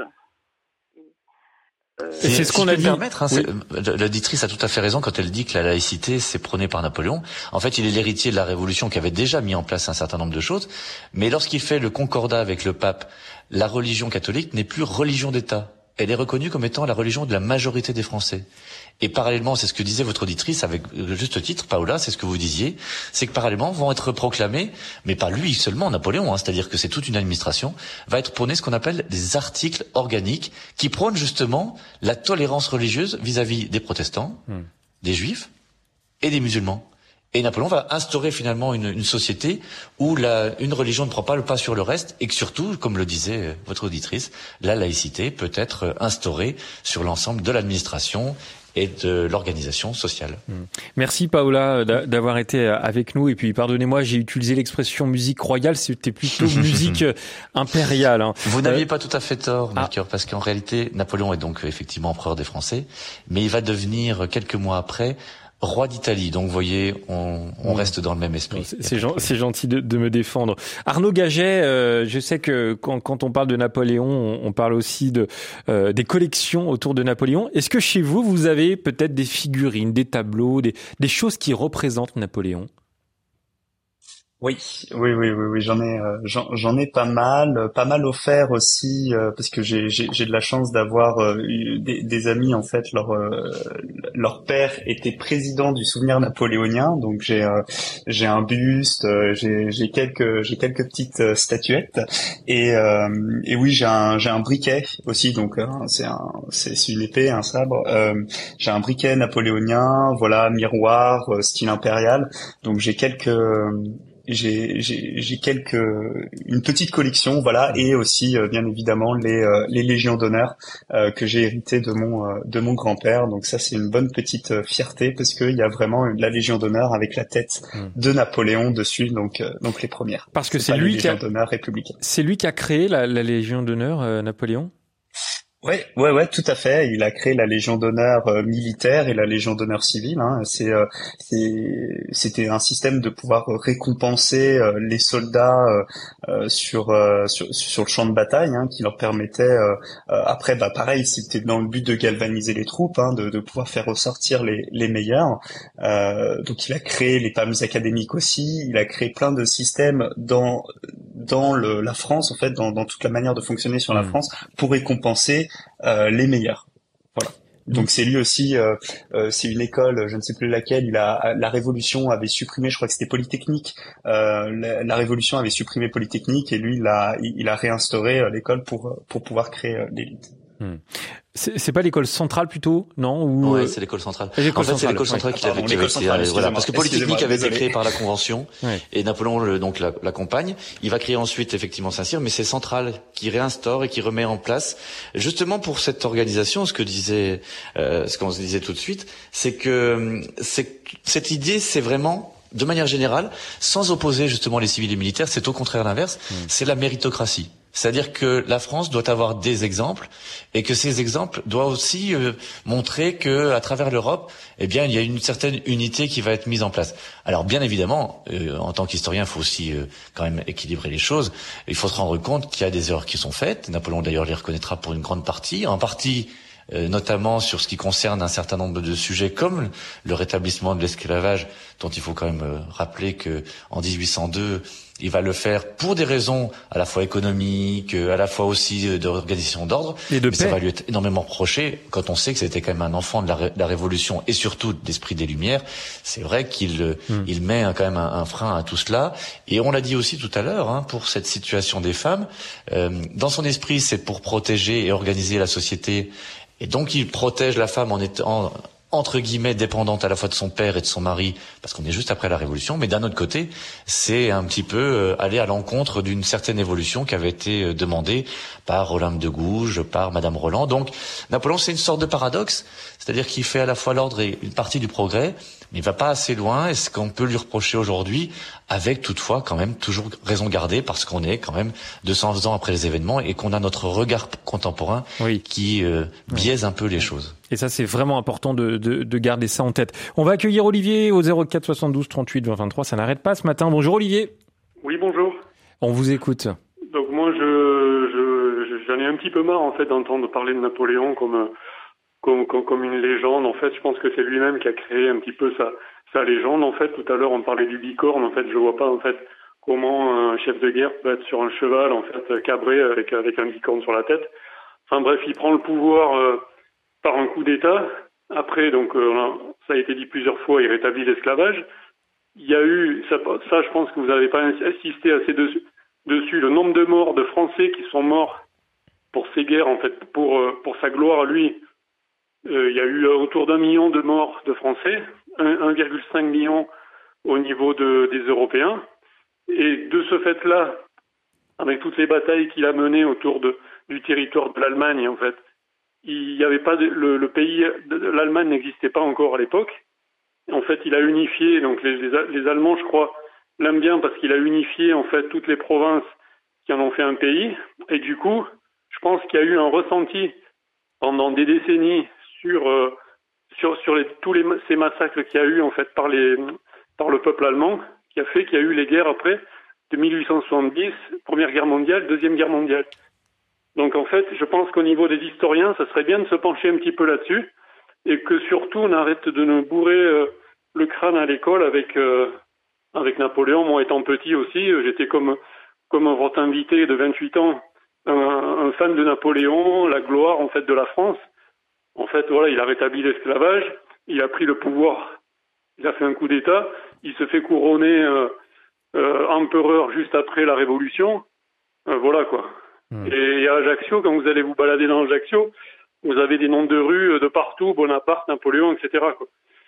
Euh, c'est ce qu'on a dit. Permettre, hein, oui. L'auditrice a tout à fait raison quand elle dit que la laïcité c'est prôné par Napoléon. En fait, il est l'héritier de la Révolution qui avait déjà mis en place un certain nombre de choses. Mais lorsqu'il fait le concordat avec le pape, la religion catholique n'est plus religion d'État. Elle est reconnue comme étant la religion de la majorité des Français. Et parallèlement, c'est ce que disait votre auditrice avec le juste titre, Paola, c'est ce que vous disiez, c'est que parallèlement vont être proclamés, mais pas lui seulement, Napoléon, hein, c'est-à-dire que c'est toute une administration, va être prôné ce qu'on appelle des articles organiques qui prônent justement la tolérance religieuse vis-à-vis des protestants, mmh. des juifs et des musulmans. Et Napoléon va instaurer finalement une, une société où la, une religion ne prend pas le pas sur le reste et que surtout, comme le disait votre auditrice, la laïcité peut être instaurée sur l'ensemble de l'administration et de l'organisation sociale. Merci Paola d'avoir été avec nous. Et puis pardonnez-moi, j'ai utilisé l'expression musique royale, c'était plutôt musique impériale. Hein. Vous n'aviez euh... pas tout à fait tort, Melchior, ah. parce qu'en réalité, Napoléon est donc effectivement empereur des Français, mais il va devenir quelques mois après roi d'Italie. Donc, vous voyez, on, on mmh. reste dans le même esprit. C'est, c'est gentil de, de me défendre. Arnaud Gaget, euh, je sais que quand, quand on parle de Napoléon, on, on parle aussi de euh, des collections autour de Napoléon. Est-ce que chez vous, vous avez peut-être des figurines, des tableaux, des, des choses qui représentent Napoléon ? Oui, oui, oui, oui, oui, j'en ai, euh, j'en, j'en ai pas mal, pas mal offert aussi, euh, parce que j'ai, j'ai, j'ai de la chance d'avoir euh, eu des, des amis en fait. Leur, euh, leur père était président du Souvenir napoléonien, donc j'ai, euh, j'ai un buste, euh, j'ai, j'ai quelques, j'ai quelques petites euh, statuettes, et, euh, et oui, j'ai un, j'ai un briquet aussi, donc euh, c'est un, c'est, c'est une épée, un sabre. Euh, j'ai un briquet napoléonien, voilà, miroir, euh, style impérial, donc j'ai quelques j'ai, j'ai, j'ai quelques, une petite collection, voilà, et aussi euh, bien évidemment les, euh, les légions d'honneur euh, que j'ai héritées de mon, euh, de mon grand-père. Donc ça, c'est une bonne petite euh, fierté parce qu'il y a vraiment la légion d'honneur avec la tête mmh. de Napoléon dessus, donc, euh, donc les premières. Parce que c'est, c'est lui qui a, d'honneur républicaine. C'est lui qui a créé la, la légion d'honneur, euh, Napoléon. Ouais, ouais, ouais, tout à fait. Il a créé la Légion d'honneur euh, militaire et la Légion d'honneur civile. Hein. C'est, euh, c'est, c'était un système de pouvoir récompenser euh, les soldats euh, euh, sur, euh, sur sur le champ de bataille, hein, qui leur permettait euh, euh, après, bah pareil, c'était dans le but de galvaniser les troupes, hein, de, de pouvoir faire ressortir les les meilleurs. Euh, donc, il a créé les fameuses académiques aussi. Il a créé plein de systèmes dans dans le, la France, en fait, dans, dans toute la manière de fonctionner sur la mmh. France, pour récompenser Euh, les meilleurs. Voilà. Donc c'est lui aussi, euh, euh, c'est une école, je ne sais plus laquelle, il a, la Révolution avait supprimé, je crois que c'était Polytechnique, euh, la, la Révolution avait supprimé Polytechnique et lui il a, il a réinstauré euh, l'école pour, pour pouvoir créer euh, l'élite. Hmm. C'est, c'est pas l'école centrale plutôt, non? Ou... Ouais, c'est l'école centrale. L'école en fait, centrale, c'est l'école centrale ouais. qui avait, qui avait été, voilà, parce que Polytechnique avait été créée par la Convention, ouais. et Napoléon le, donc l'accompagne. Il va créer ensuite effectivement Saint-Cyr, mais c'est Centrale qui réinstaure et qui remet en place, justement pour cette organisation. Ce que disait, euh, ce qu'on se disait tout de suite, c'est que c'est, cette idée, c'est vraiment, de manière générale, sans opposer justement les civils et les militaires, c'est au contraire l'inverse, mmh. c'est la méritocratie. C'est-à-dire que la France doit avoir des exemples et que ces exemples doivent aussi euh, montrer que à travers l'Europe, eh bien, il y a une certaine unité qui va être mise en place. Alors, bien évidemment, euh, en tant qu'historien, il faut aussi euh, quand même équilibrer les choses. Il faut se rendre compte qu'il y a des erreurs qui sont faites. Napoléon, d'ailleurs, les reconnaîtra pour une grande partie. En partie, Euh, notamment sur ce qui concerne un certain nombre de sujets comme le rétablissement de l'esclavage, dont il faut quand même euh, rappeler que en dix-huit cent deux, il va le faire pour des raisons à la fois économiques, à la fois aussi euh, d'organisation d'ordre. Et de mais paix. Ça va lui être énormément reproché quand on sait que c'était quand même un enfant de la, ré- de la Révolution et surtout de l'esprit des Lumières. C'est vrai qu'il euh, mm. il met hein, quand même un, un frein à tout cela. Et on l'a dit aussi tout à l'heure, hein, pour cette situation des femmes, euh, dans son esprit, c'est pour protéger et organiser la société. Et donc il protège la femme en étant entre guillemets dépendante à la fois de son père et de son mari, parce qu'on est juste après la Révolution, mais d'un autre côté, c'est un petit peu aller à l'encontre d'une certaine évolution qui avait été demandée par Olympe de Gouges, par Madame Roland. Donc Napoléon, c'est une sorte de paradoxe, c'est-à-dire qu'il fait à la fois l'ordre et une partie du progrès, mais il va pas assez loin, et ce qu'on peut lui reprocher aujourd'hui, avec toutefois quand même toujours raison gardée, parce qu'on est quand même deux cents ans après les événements et qu'on a notre regard contemporain oui. qui euh, biaise oui. un peu les choses. Et ça, c'est vraiment important de, de, de garder ça en tête. On va accueillir Olivier au zéro quatre soixante-douze trente-huit vingt vingt-trois. Ça n'arrête pas ce matin. Bonjour Olivier. Oui, bonjour. On vous écoute. Donc moi, je, je, j'en ai un petit peu marre en fait d'entendre parler de Napoléon comme, comme, comme, comme une légende. En fait, je pense que c'est lui-même qui a créé un petit peu sa, sa légende. En fait, tout à l'heure, on parlait du bicorne. En fait, je vois pas en fait comment un chef de guerre peut être sur un cheval en fait cabré avec, avec un bicorne sur la tête. Enfin bref, il prend le pouvoir euh, par un coup d'État. Après, donc, euh, ça a été dit plusieurs fois, il rétablit l'esclavage. Il y a eu, ça, ça je pense que vous n'avez pas insisté assez dessus, dessus, le nombre de morts de Français qui sont morts pour ces guerres, en fait, pour, euh, pour sa gloire à lui. Euh, il y a eu autour d'un million de morts de Français, un virgule cinq million au niveau de, des Européens. Et de ce fait-là, avec toutes les batailles qu'il a menées autour de, du territoire de l'Allemagne, en fait, il y avait pas de, le, le pays, de, l'Allemagne n'existait pas encore à l'époque. En fait, il a unifié, donc les, les, les Allemands, je crois, l'aiment bien parce qu'il a unifié en fait toutes les provinces qui en ont fait un pays. Et du coup, je pense qu'il y a eu un ressenti pendant des décennies sur euh, sur sur les, tous les ces massacres qu'il y a eu en fait par les par le peuple allemand, qui a fait qu'il y a eu les guerres après de mille huit cent soixante-dix, Première Guerre mondiale, Deuxième Guerre mondiale. Donc en fait, je pense qu'au niveau des historiens, ça serait bien de se pencher un petit peu là-dessus et que surtout on arrête de nous bourrer euh, le crâne à l'école avec euh, avec Napoléon. Moi étant petit aussi, j'étais comme comme votre invité de vingt-huit ans, un, un fan de Napoléon, la gloire en fait de la France. En fait, voilà, il a rétabli l'esclavage, il a pris le pouvoir, il a fait un coup d'État, il se fait couronner euh, euh, empereur juste après la Révolution. Euh, voilà quoi. Mmh. Et à Ajaccio, quand vous allez vous balader dans Ajaccio, vous avez des noms de rues de partout, Bonaparte, Napoléon, et cetera quoi.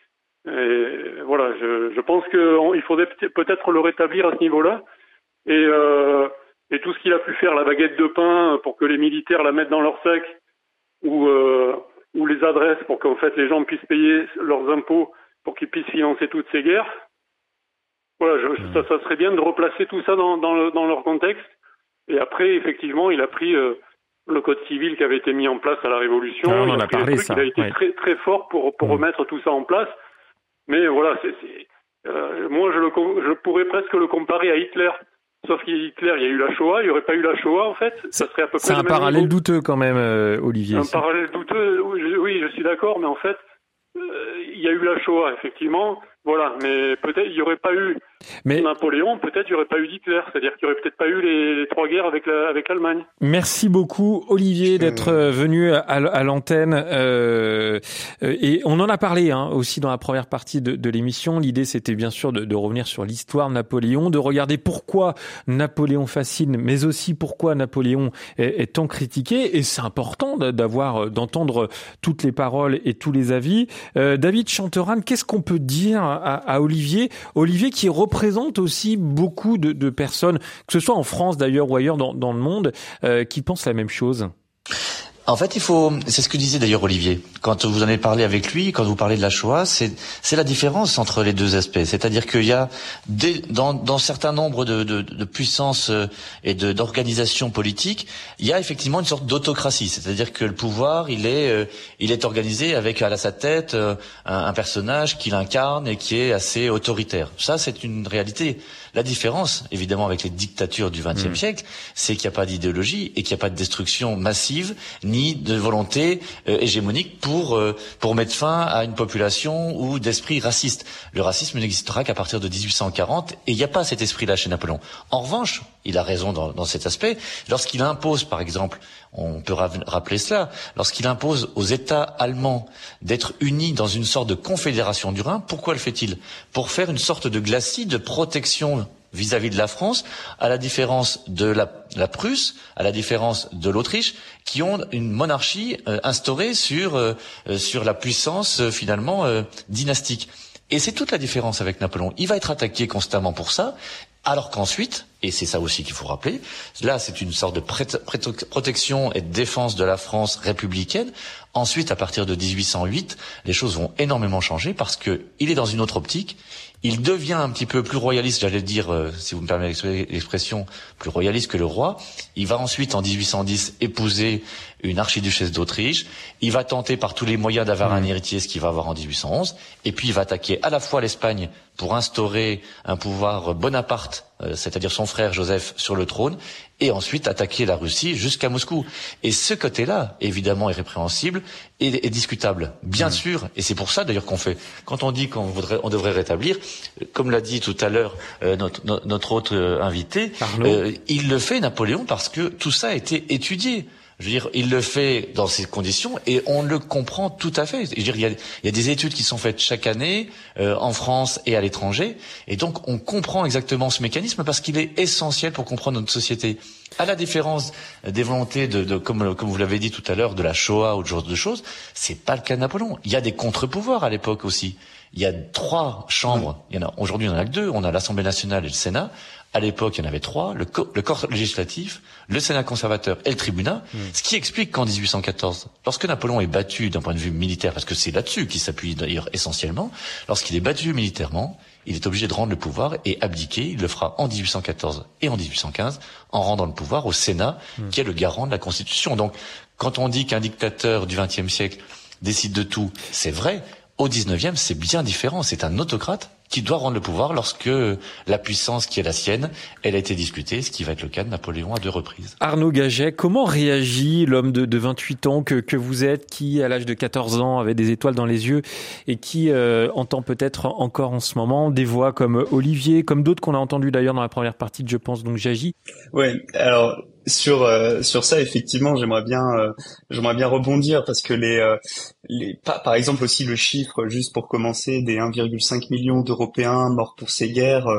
Et voilà, je, je pense qu'il faudrait peut-être le rétablir à ce niveau-là. Et, euh, et tout ce qu'il a pu faire, la baguette de pain, pour que les militaires la mettent dans leur sac, ou, euh, ou les adresses pour qu'en fait les gens puissent payer leurs impôts pour qu'ils puissent financer toutes ces guerres. Voilà, je, ça, ça serait bien de replacer tout ça dans, dans, le, dans leur contexte. Et après, effectivement, il a pris euh, le code civil qui avait été mis en place à la Révolution. Ah, on il en a, a parlé, trucs, ça. Il a été ouais. très très fort pour, pour mmh. remettre tout ça en place. Mais voilà, c'est, c'est, euh, moi je, le, je pourrais presque le comparer à Hitler. Sauf qu'Hitler, il y a eu la Shoah, il n'y aurait pas eu la Shoah en fait. Ça serait à peu près C'est un parallèle niveau. douteux quand même, euh, Olivier. Un parallèle douteux, oui je, oui, je suis d'accord, mais en fait, euh, il y a eu la Shoah, effectivement. Voilà, mais peut-être il n'y aurait pas eu mais... Napoléon, peut-être il n'y aurait pas eu Hitler, c'est-à-dire qu'il n'y aurait peut-être pas eu les, les trois guerres avec, la, avec l'Allemagne. Merci beaucoup Olivier d'être euh... venu à, à l'antenne euh, et on en a parlé hein, aussi dans la première partie de, de l'émission. L'idée c'était bien sûr de, de revenir sur l'histoire de Napoléon, de regarder pourquoi Napoléon fascine, mais aussi pourquoi Napoléon est, est tant critiqué et c'est important d'avoir, d'entendre toutes les paroles et tous les avis. Euh, David Chanteran, qu'est-ce qu'on peut dire à, à Olivier, Olivier qui représente aussi beaucoup de, de personnes, que ce soit en France d'ailleurs ou ailleurs dans, dans le monde, euh, qui pensent la même chose. En fait, il faut, c'est ce que disait d'ailleurs Olivier. Quand vous en avez parlé avec lui, quand vous parlez de la Shoah, c'est, c'est la différence entre les deux aspects. C'est-à-dire qu'il y a des, dans, dans certains nombres de, de, de puissances et de, d'organisations politiques, il y a effectivement une sorte d'autocratie. C'est-à-dire que le pouvoir, il est, euh, il est organisé avec à sa tête euh, un, un personnage qu'il incarne et qui est assez autoritaire. Ça, c'est une réalité. La différence, évidemment, avec les dictatures du vingtième mmh. siècle, c'est qu'il n'y a pas d'idéologie et qu'il n'y a pas de destruction massive, ni de volonté euh, hégémonique pour euh, pour mettre fin à une population ou d'esprit raciste. Le racisme n'existera qu'à partir de dix-huit cent quarante et il n'y a pas cet esprit-là chez Napoléon. En revanche, il a raison dans, dans cet aspect, lorsqu'il impose, par exemple, on peut rappeler cela, lorsqu'il impose aux États allemands d'être unis dans une sorte de confédération du Rhin, pourquoi le fait-il ? Pour faire une sorte de glacis de protection vis-à-vis de la France, à la différence de la, la Prusse, à la différence de l'Autriche, qui ont une monarchie euh, instaurée sur euh, sur la puissance euh, finalement euh, dynastique. Et c'est toute la différence avec Napoléon. Il va être attaqué constamment pour ça, alors qu'ensuite, et c'est ça aussi qu'il faut rappeler, là c'est une sorte de protection et de défense de la France républicaine. Ensuite, à partir de dix-huit cent huit, les choses vont énormément changer parce que il est dans une autre optique. Il devient un petit peu plus royaliste, j'allais dire, euh, si vous me permettez l'expression, plus royaliste que le roi. Il va ensuite, en dix-huit cent dix, épouser une archiduchesse d'Autriche. Il va tenter par tous les moyens d'avoir mmh. un héritier, ce qu'il va avoir en dix-huit cent onze. Et puis, il va attaquer à la fois l'Espagne pour instaurer un pouvoir Bonaparte, euh, c'est-à-dire son frère Joseph, sur le trône, et ensuite attaquer la Russie jusqu'à Moscou. Et ce côté-là, évidemment, est répréhensible et, et discutable, bien mmh. sûr. Et c'est pour ça, d'ailleurs, qu'on fait, quand on dit qu'on voudrait, on devrait rétablir, comme l'a dit tout à l'heure euh, notre, notre autre euh, invité, euh, il le fait, Napoléon, parce que tout ça a été étudié. Je veux dire, il le fait dans ces conditions et on le comprend tout à fait. Je veux dire, il y a, il y a des études qui sont faites chaque année euh, en France et à l'étranger, et donc on comprend exactement ce mécanisme parce qu'il est essentiel pour comprendre notre société. À la différence des volontés de, de comme, comme vous l'avez dit tout à l'heure, de la Shoah ou de genre de choses, c'est pas le cas de Napoléon. Il y a des contre-pouvoirs à l'époque aussi. Il y a trois chambres. Il y en a aujourd'hui, il y en a que deux. On a l'Assemblée nationale et le Sénat. À l'époque, il y en avait trois, le, co- le corps législatif, le Sénat conservateur et le tribunat, mmh. ce qui explique qu'en dix-huit cent quatorze, lorsque Napoléon est battu d'un point de vue militaire, parce que c'est là-dessus qu'il s'appuie d'ailleurs essentiellement, lorsqu'il est battu militairement, il est obligé de rendre le pouvoir et abdiquer, il le fera en dix-huit cent quatorze et en dix-huit cent quinze, en rendant le pouvoir au Sénat, mmh. qui est le garant de la Constitution. Donc, quand on dit qu'un dictateur du vingtième siècle décide de tout, c'est vrai. Au dix-neuvième, c'est bien différent. C'est un autocrate qui doit rendre le pouvoir lorsque la puissance qui est la sienne, elle a été discutée, ce qui va être le cas de Napoléon à deux reprises. Arnaud Gaget, comment réagit l'homme de, de vingt-huit ans que, que vous êtes, qui à l'âge de quatorze ans avait des étoiles dans les yeux et qui euh, entend peut-être encore en ce moment des voix comme Olivier, comme d'autres qu'on a entendues d'ailleurs dans la première partie de Je pense donc j'agis? Oui, alors sur euh, sur ça, effectivement, j'aimerais bien euh, j'aimerais bien rebondir parce que les euh, les par, par exemple aussi le chiffre, juste pour commencer, des un virgule cinq million d'Européens morts pour ces guerres,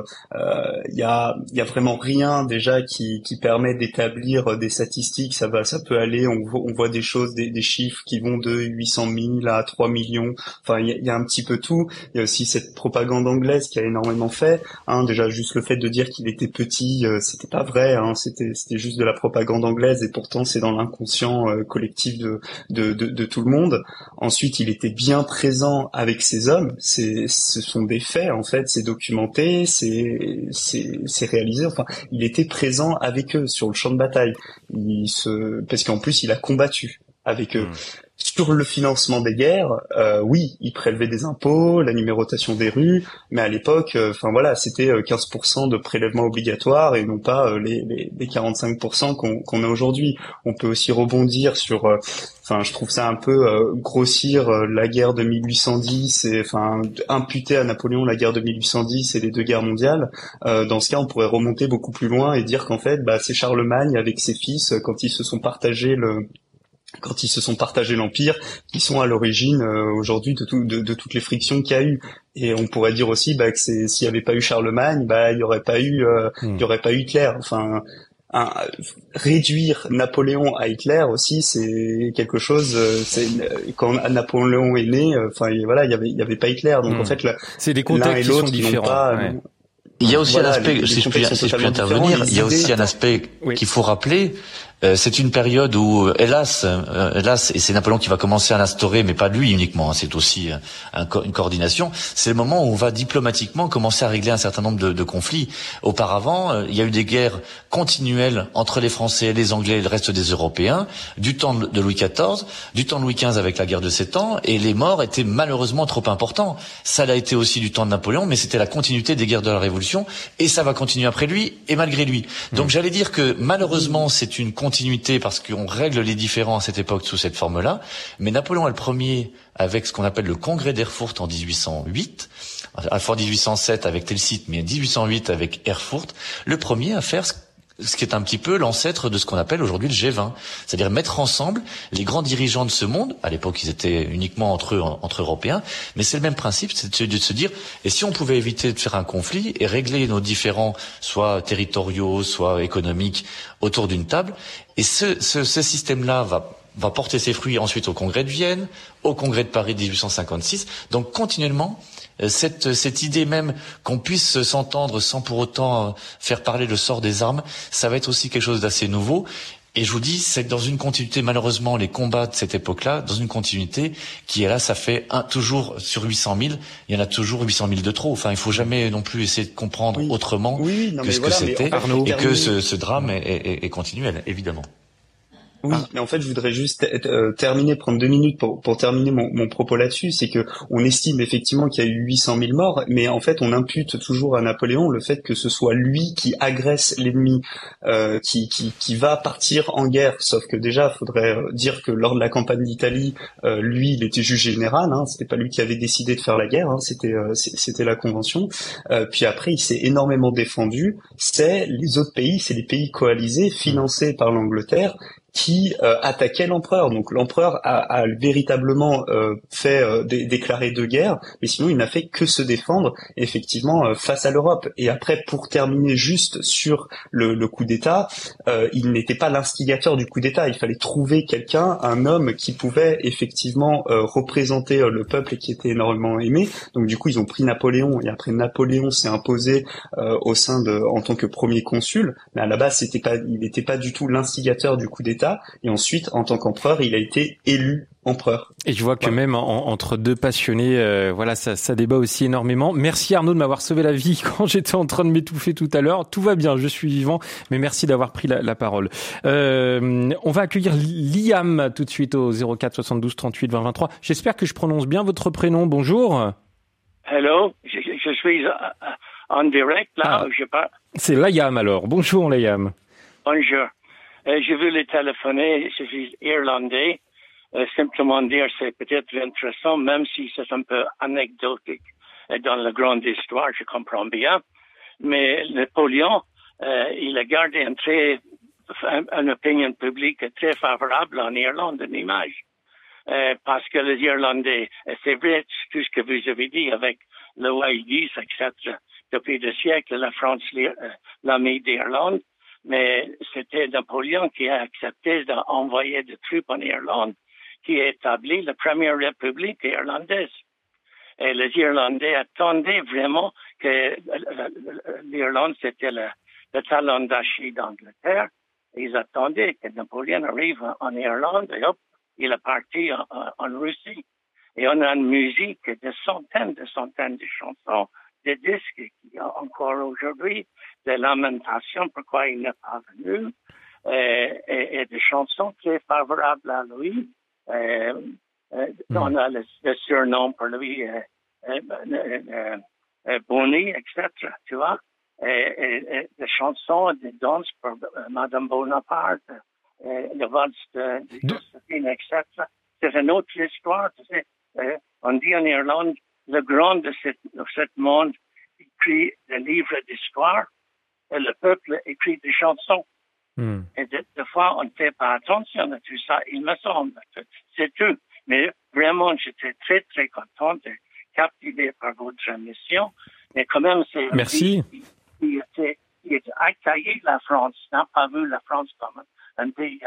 il y a il y a vraiment rien déjà qui qui permet d'établir des statistiques. Ça va, ça peut aller, on voit, on voit des choses, des, des chiffres qui vont de huit cent mille à trois millions. Enfin, il y a, il y a un petit peu tout. Il y a aussi cette propagande anglaise qui a énormément fait. Hein, déjà juste le fait de dire qu'il était petit, euh, c'était pas vrai. Hein, c'était c'était juste de la propagande anglaise et pourtant c'est dans l'inconscient euh, collectif de, de de de tout le monde. Ensuite, il était bien présent avec ces hommes. C'est ce sont des faits en fait, c'est documenté, c'est c'est c'est réalisé. Enfin, il était présent avec eux sur le champ de bataille. Il se parce qu'en plus il a combattu avec eux. Mmh. Sur le financement des guerres, euh, oui, il prélevait des impôts, la numérotation des rues, mais à l'époque, enfin euh, voilà, c'était quinze pour cent de prélèvements obligatoires et non pas euh, les, les, les quarante-cinq pour cent qu'on, qu'on a aujourd'hui. On peut aussi rebondir sur, enfin, euh, je trouve ça un peu euh, grossir euh, la guerre de mille huit cent dix et enfin imputer à Napoléon la guerre de mille huit cent dix et les deux guerres mondiales. Euh, dans ce cas, on pourrait remonter beaucoup plus loin et dire qu'en fait, bah, c'est Charlemagne avec ses fils quand ils se sont partagés le quand ils se sont partagés l'empire, qui sont à l'origine euh, aujourd'hui de, tout, de, de toutes les frictions qu'il y a eu. Et on pourrait dire aussi bah, que c'est, s'il n'y avait pas eu Charlemagne, bah il y aurait pas eu, euh, mmh. il y aurait pas eu Hitler. Enfin, un, réduire Napoléon à Hitler aussi, c'est quelque chose. C'est quand Napoléon est né, enfin voilà, il y avait, il y avait pas Hitler. Donc mmh. en fait, là, c'est des contextes qui sont différents. Pas, ouais. Il y a aussi voilà, un aspect, les, si, les je puis, si je puis intervenir, il y a aussi un aspect oui. qu'il faut rappeler. Euh, c'est une période où, hélas, euh, hélas, et c'est Napoléon qui va commencer à l'instaurer, mais pas lui uniquement, hein, c'est aussi un, un, une coordination, c'est le moment où on va diplomatiquement commencer à régler un certain nombre de, de conflits. Auparavant, euh, il y a eu des guerres continuelles entre les Français, les Anglais et le reste des Européens, du temps de, de Louis quatorze, du temps de Louis quinze avec la guerre de Sept Ans, et les morts étaient malheureusement trop importants. Ça l'a été aussi du temps de Napoléon, mais c'était la continuité des guerres de la Révolution, et ça va continuer après lui, et malgré lui. Donc mmh. j'allais dire que malheureusement, c'est une continuité parce qu'on règle les différends à cette époque sous cette forme-là. Mais Napoléon est le premier avec ce qu'on appelle le congrès d'Erfurt en dix-huit cent huit, à la fois dix-huit cent sept avec Tilsit, mais dix-huit cent huit avec Erfurt, le premier à faire ce ce qui est un petit peu l'ancêtre de ce qu'on appelle aujourd'hui le G vingt. C'est-à-dire mettre ensemble les grands dirigeants de ce monde. À l'époque, ils étaient uniquement entre eux, entre Européens. Mais c'est le même principe, c'est de se dire, et si on pouvait éviter de faire un conflit et régler nos différends, soit territoriaux, soit économiques, autour d'une table. Et ce, ce, ce système-là va va porter ses fruits ensuite au Congrès de Vienne, au Congrès de Paris dix-huit cent cinquante-six. Donc continuellement, cette, cette idée même qu'on puisse s'entendre sans pour autant faire parler le sort des armes, ça va être aussi quelque chose d'assez nouveau. Et je vous dis, c'est que dans une continuité, malheureusement, les combats de cette époque-là, dans une continuité qui est là, ça fait un, toujours sur huit cent mille, il y en a toujours huit cent mille de trop. Enfin, il faut jamais non plus essayer de comprendre oui. autrement oui, non, que ce voilà, que c'était Arnaud, et que ce, ce drame est, est, est continuel, évidemment. Oui, ah. mais en fait, je voudrais juste euh, terminer, prendre deux minutes pour, pour terminer mon, mon propos là-dessus. C'est que on estime effectivement qu'il y a eu huit cent mille morts, mais en fait, on impute toujours à Napoléon le fait que ce soit lui qui agresse l'ennemi, euh, qui, qui, qui va partir en guerre. Sauf que déjà, faudrait dire que lors de la campagne d'Italie, euh, lui, il était juge général. Hein, c'était pas lui qui avait décidé de faire la guerre. Hein, c'était, euh, c'était la convention. Euh, puis après, il s'est énormément défendu. C'est les autres pays, c'est les pays coalisés financés par l'Angleterre, qui euh, attaquait l'empereur. Donc l'empereur a, a véritablement euh, fait euh, dé- déclarer deux guerres, mais sinon il n'a fait que se défendre effectivement euh, face à l'Europe. Et après, pour terminer juste sur le, le coup d'État, euh, il n'était pas l'instigateur du coup d'État. Il fallait trouver quelqu'un, un homme qui pouvait effectivement euh, représenter euh, le peuple et qui était énormément aimé. Donc du coup, ils ont pris Napoléon et après Napoléon s'est imposé euh, au sein de, en tant que premier consul. Mais à la base, c'était pas, il n'était pas du tout l'instigateur du coup d'État. Et ensuite, en tant qu'empereur, il a été élu empereur. Et je vois que voilà. même en, entre deux passionnés, euh, voilà, ça, ça débat aussi énormément. Merci Arnaud de m'avoir sauvé la vie quand j'étais en train de m'étouffer tout à l'heure. Tout va bien, je suis vivant, mais merci d'avoir pris la, la parole. Euh, on va accueillir Liam tout de suite au zéro quatre soixante-douze trente-huit vingt vingt-trois. J'espère que je prononce bien votre prénom. Bonjour. Hello, je, je suis en direct là. Ah. Je parle. C'est Liam alors. Bonjour Liam. Bonjour. Euh, je voulais téléphoner, je suis irlandais, euh, simplement dire c'est peut-être intéressant, même si c'est un peu anecdotique euh, dans la grande histoire, je comprends bien. Mais Napoléon, euh, il a gardé un très une opinion publique très favorable en Irlande, une image. Euh, parce que les Irlandais, c'est vrai tout ce que vous avez dit avec le Wildis, et cetera. Depuis des siècles, la France l'a mis d'Irlande, mais c'était Napoléon qui a accepté d'envoyer des troupes en Irlande, qui a établi la première république irlandaise. Et les Irlandais attendaient vraiment que l'Irlande, c'était le, le talon d'Achille d'Angleterre. Ils attendaient que Napoléon arrive en Irlande et hop, il est parti en, en Russie. Et on a une musique de centaines, de centaines de chansons, des disques qui ont encore aujourd'hui, des lamentations, pourquoi il n'est pas venu, et, et, et des chansons très favorables à lui. Euh, euh, mm. On a le, le surnom pour lui, euh, euh, euh, euh, Bonnie, et cetera. Tu vois, et, et, et des chansons, des danses pour euh, Madame Bonaparte, euh, le valse de, de Joséphine, et cetera. C'est une autre histoire. Tu sais, euh, on dit en Irlande, le grand de ce monde écrit des livres d'histoire et le peuple écrit des chansons. Mm. Et de, de fois, on ne fait pas attention à tout ça, il me semble. C'est tout. Mais vraiment, j'étais très, très contente et captivée par votre mission. Mais quand même, c'est Merci. Qui, qui, était, qui était accueilli la France, n'a pas vu la France comme un pays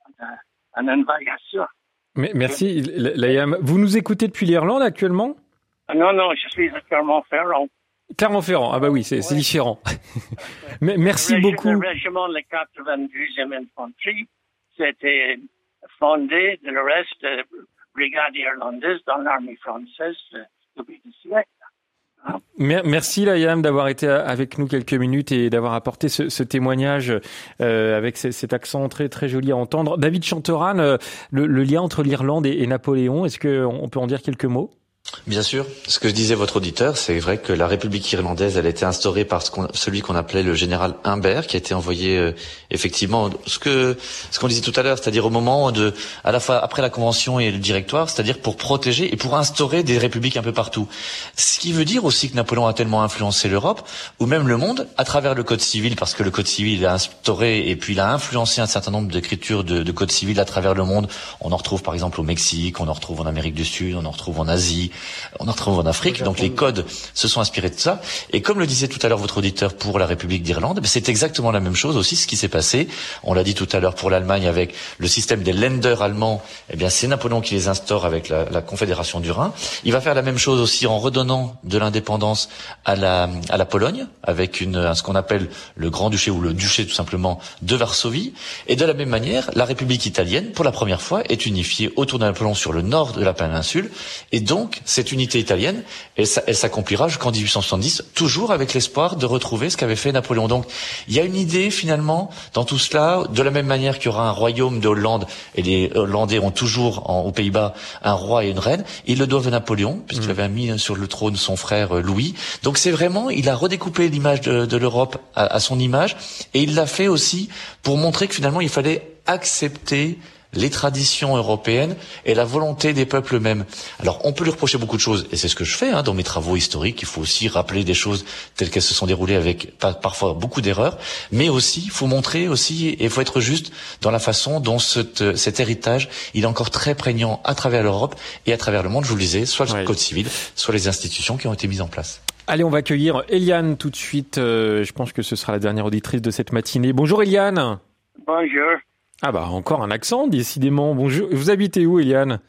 en invasion. Mais, merci. Layam, vous nous écoutez depuis l'Irlande actuellement? Non, non, je suis à Clermont-Ferrand. Clermont-Ferrand, ah bah oui, c'est, ouais. c'est différent. Mais merci le beaucoup. Le régiment de quatre-vingt-douzième infanterie, c'était fondé de le reste de la brigade irlandaise dans l'armée française depuis des siècles. Hein? Merci Layam d'avoir été avec nous quelques minutes et d'avoir apporté ce, ce témoignage euh, avec c- cet accent très très joli à entendre. David Chanteran, euh, le, le lien entre l'Irlande et, et Napoléon, est-ce qu'on peut en dire quelques mots? Bien sûr. Ce que disait votre auditeur, c'est vrai que la République irlandaise, elle a été instaurée par ce qu'on, celui qu'on appelait le général Humbert, qui a été envoyé euh, effectivement ce que ce qu'on disait tout à l'heure, c'est-à-dire au moment de, à la fois après la Convention et le Directoire, c'est-à-dire pour protéger et pour instaurer des républiques un peu partout. Ce qui veut dire aussi que Napoléon a tellement influencé l'Europe ou même le monde à travers le Code civil, parce que le Code civil a instauré et puis il a influencé un certain nombre d'écritures de, de Code civil à travers le monde. On en retrouve par exemple au Mexique, on en retrouve en Amérique du Sud, on en retrouve en Asie. On en retrouve en Afrique, donc les codes se sont inspirés de ça. Et comme le disait tout à l'heure votre auditeur pour la République d'Irlande, c'est exactement la même chose aussi ce qui s'est passé. On l'a dit tout à l'heure pour l'Allemagne avec le système des Länder allemands. Eh bien, c'est Napoléon qui les instaure avec la, la Confédération du Rhin. Il va faire la même chose aussi en redonnant de l'indépendance à la, à la Pologne avec une, ce qu'on appelle le Grand-Duché ou le Duché tout simplement de Varsovie. Et de la même manière, la République italienne, pour la première fois, est unifiée autour de Napoléon sur le nord de la péninsule. Et donc, cette unité italienne, elle, elle s'accomplira jusqu'en dix-huit cent soixante-dix, toujours avec l'espoir de retrouver ce qu'avait fait Napoléon. Donc, il y a une idée finalement dans tout cela, de la même manière qu'il y aura un royaume de Hollande, et les Hollandais ont toujours en, aux Pays-Bas un roi et une reine, ils le doivent à Napoléon, puisqu'il mmh. avait mis sur le trône son frère Louis. Donc c'est vraiment, il a redécoupé l'image de, de l'Europe à, à son image, et il l'a fait aussi pour montrer que finalement il fallait accepter les traditions européennes et la volonté des peuples eux-mêmes. Alors, on peut lui reprocher beaucoup de choses, et c'est ce que je fais hein, dans mes travaux historiques. Il faut aussi rappeler des choses telles qu'elles se sont déroulées avec parfois beaucoup d'erreurs, mais aussi, il faut montrer aussi, et il faut être juste dans la façon dont cet, cet héritage, il est encore très prégnant à travers l'Europe et à travers le monde, je vous le disais, soit le ouais. Code civil, soit les institutions qui ont été mises en place. Allez, on va accueillir Eliane tout de suite. Euh, je pense que ce sera la dernière auditrice de cette matinée. Bonjour Eliane. Bonjour. Ah bah encore un accent, décidément. Bonjour. Vous habitez où, Eliane?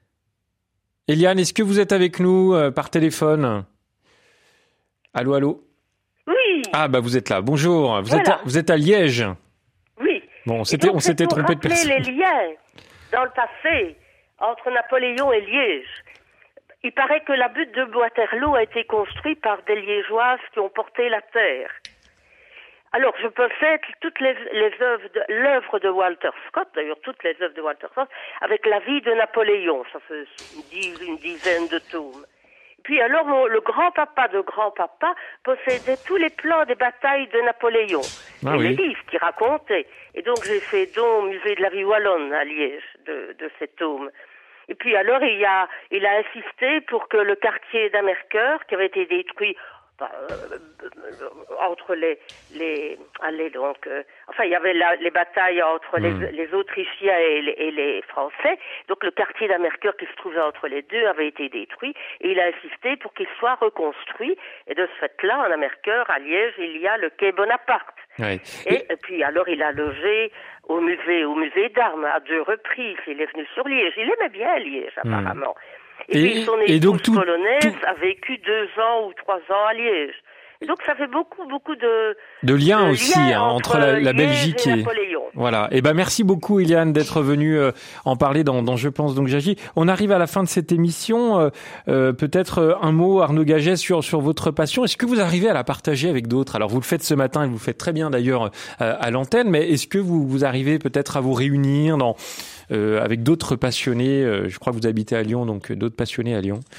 Eliane, est-ce que vous êtes avec nous euh, par téléphone? Allô, allô? Oui. Ah bah vous êtes là. Bonjour. Vous voilà. êtes à, vous êtes à Liège. Oui. Bon, c'était, on s'était trompé de personne. Les liens dans le passé entre Napoléon et Liège. Il paraît que la butte de Waterloo a été construite par des Liégeoises qui ont porté la terre. Alors, je peux faire toutes les, les œuvres de, l'œuvre de Walter Scott, d'ailleurs toutes les œuvres de Walter Scott, avec la vie de Napoléon. Ça fait une, une dizaine de tomes. Puis alors, mon, le grand-papa de grand-papa possédait tous les plans des batailles de Napoléon. Ah et oui. les livres qu'il racontait. Et donc, j'ai fait don au musée de la vie wallonne à Liège de, de ces tomes. Et puis alors, il a, il a insisté pour que le quartier d'Amercœur, qui avait été détruit entre les, les, allez donc, euh, enfin il y avait la, les batailles entre les, mmh. les Autrichiens et les, et les Français, donc le quartier d'Amercœur qui se trouvait entre les deux avait été détruit, et il a insisté pour qu'il soit reconstruit, et de ce fait-là, en Amercœur, à Liège, il y a le quai Bonaparte. Oui. Et, et puis alors il a logé au musée, au musée d'armes à deux reprises, il est venu sur Liège, il aimait bien Liège apparemment. Mmh. Et, et puis son épouse donc tout, polonaise tout... a vécu deux ans ou trois ans à Liège. Et donc ça fait beaucoup, beaucoup de... De liens de aussi liens hein, entre, entre la, la Belgique et... Napoléon. Voilà. Et ben merci beaucoup Eliane d'être venue euh, en parler dans, dans Je pense donc j'agis. On arrive à la fin de cette émission. Euh, euh, peut-être euh, un mot, Arnaud Gaget, sur, sur votre passion. Est-ce que vous arrivez à la partager avec d'autres? Alors vous le faites ce matin et vous le faites très bien d'ailleurs euh, à l'antenne, mais est-ce que vous, vous arrivez peut-être à vous réunir dans, euh, avec d'autres passionnés? euh, Je crois que vous habitez à Lyon, donc euh, d'autres passionnés à Lyon.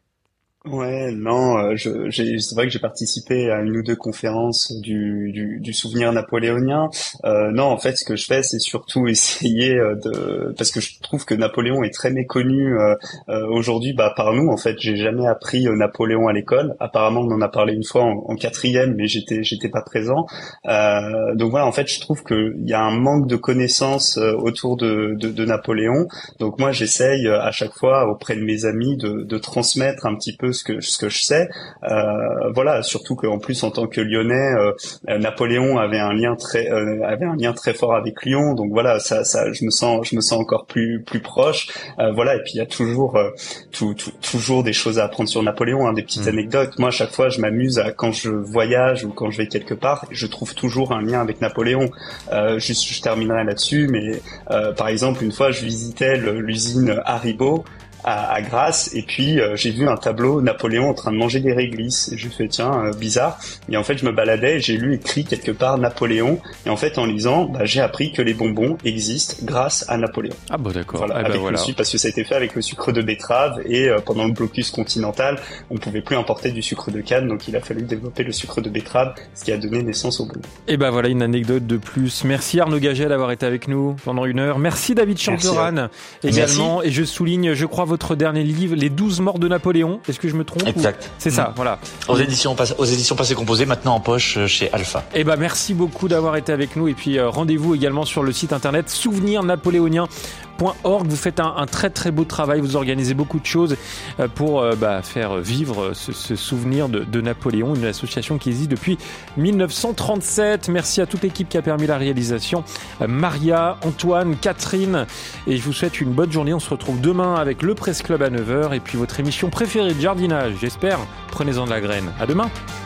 Ouais, non, euh, je, j'ai, c'est vrai que j'ai participé à une ou deux conférences du, du, du souvenir napoléonien. Euh, non, en fait, ce que je fais, c'est surtout essayer euh, de, parce que je trouve que Napoléon est très méconnu euh, euh, aujourd'hui, bah par nous. En fait, j'ai jamais appris euh, Napoléon à l'école. Apparemment, on en a parlé une fois en, en quatrième, mais j'étais, j'étais pas présent. Euh, donc voilà, en fait, je trouve que il y a un manque de connaissances euh, autour de, de, de Napoléon. Donc moi, j'essaye euh, à chaque fois auprès de mes amis de, de transmettre un petit peu ce que ce que je sais, euh, voilà, surtout qu'en plus en tant que Lyonnais, euh, Napoléon avait un lien très euh, avait un lien très fort avec Lyon, donc voilà, ça ça je me sens je me sens encore plus plus proche, euh, voilà, et puis il y a toujours euh, tout, tout, toujours des choses à apprendre sur Napoléon, hein, des petites mmh. anecdotes. Moi, à chaque fois, je m'amuse à quand je voyage ou quand je vais quelque part, je trouve toujours un lien avec Napoléon. Euh, juste, je terminerai là-dessus, mais euh, par exemple, une fois, je visitais le, l'usine Haribo à, à Grasse, et puis euh, j'ai vu un tableau Napoléon en train de manger des réglisses, et je fais tiens, euh, bizarre, et en fait je me baladais et j'ai lu écrit quelque part Napoléon, et en fait en lisant, bah, j'ai appris que les bonbons existent grâce à Napoléon. Ah bon, d'accord. Voilà, ah, avec bah, voilà. le sucre, parce que ça a été fait avec le sucre de betterave, et euh, pendant le blocus continental, on pouvait plus importer du sucre de canne, donc il a fallu développer le sucre de betterave, ce qui a donné naissance au bonbon. Et ben voilà une anecdote de plus. Merci Arnaud Gaget d'avoir été avec nous pendant une heure. Merci David Chanteran également. Merci. Et je souligne, je crois, votre dernier livre, Les douze morts de Napoléon. Est-ce que je me trompe? Exact. Ou... C'est mmh. ça, voilà. Aux éditions, aux éditions Passé Composé, maintenant en poche chez Alpha. Et ben merci beaucoup d'avoir été avec nous. Et puis euh, rendez-vous également sur le site internet souvenir napoléonien point org. Vous faites un, un très très beau travail, vous organisez beaucoup de choses pour euh, bah, faire vivre ce, ce souvenir de, de Napoléon, une association qui existe depuis dix-neuf cent trente-sept. Merci à toute l'équipe qui a permis la réalisation, Maria, Antoine, Catherine, et je vous souhaite une bonne journée. On se retrouve demain avec le Presse Club à neuf heures et puis votre émission préférée de jardinage, j'espère. Prenez-en de la graine. À demain.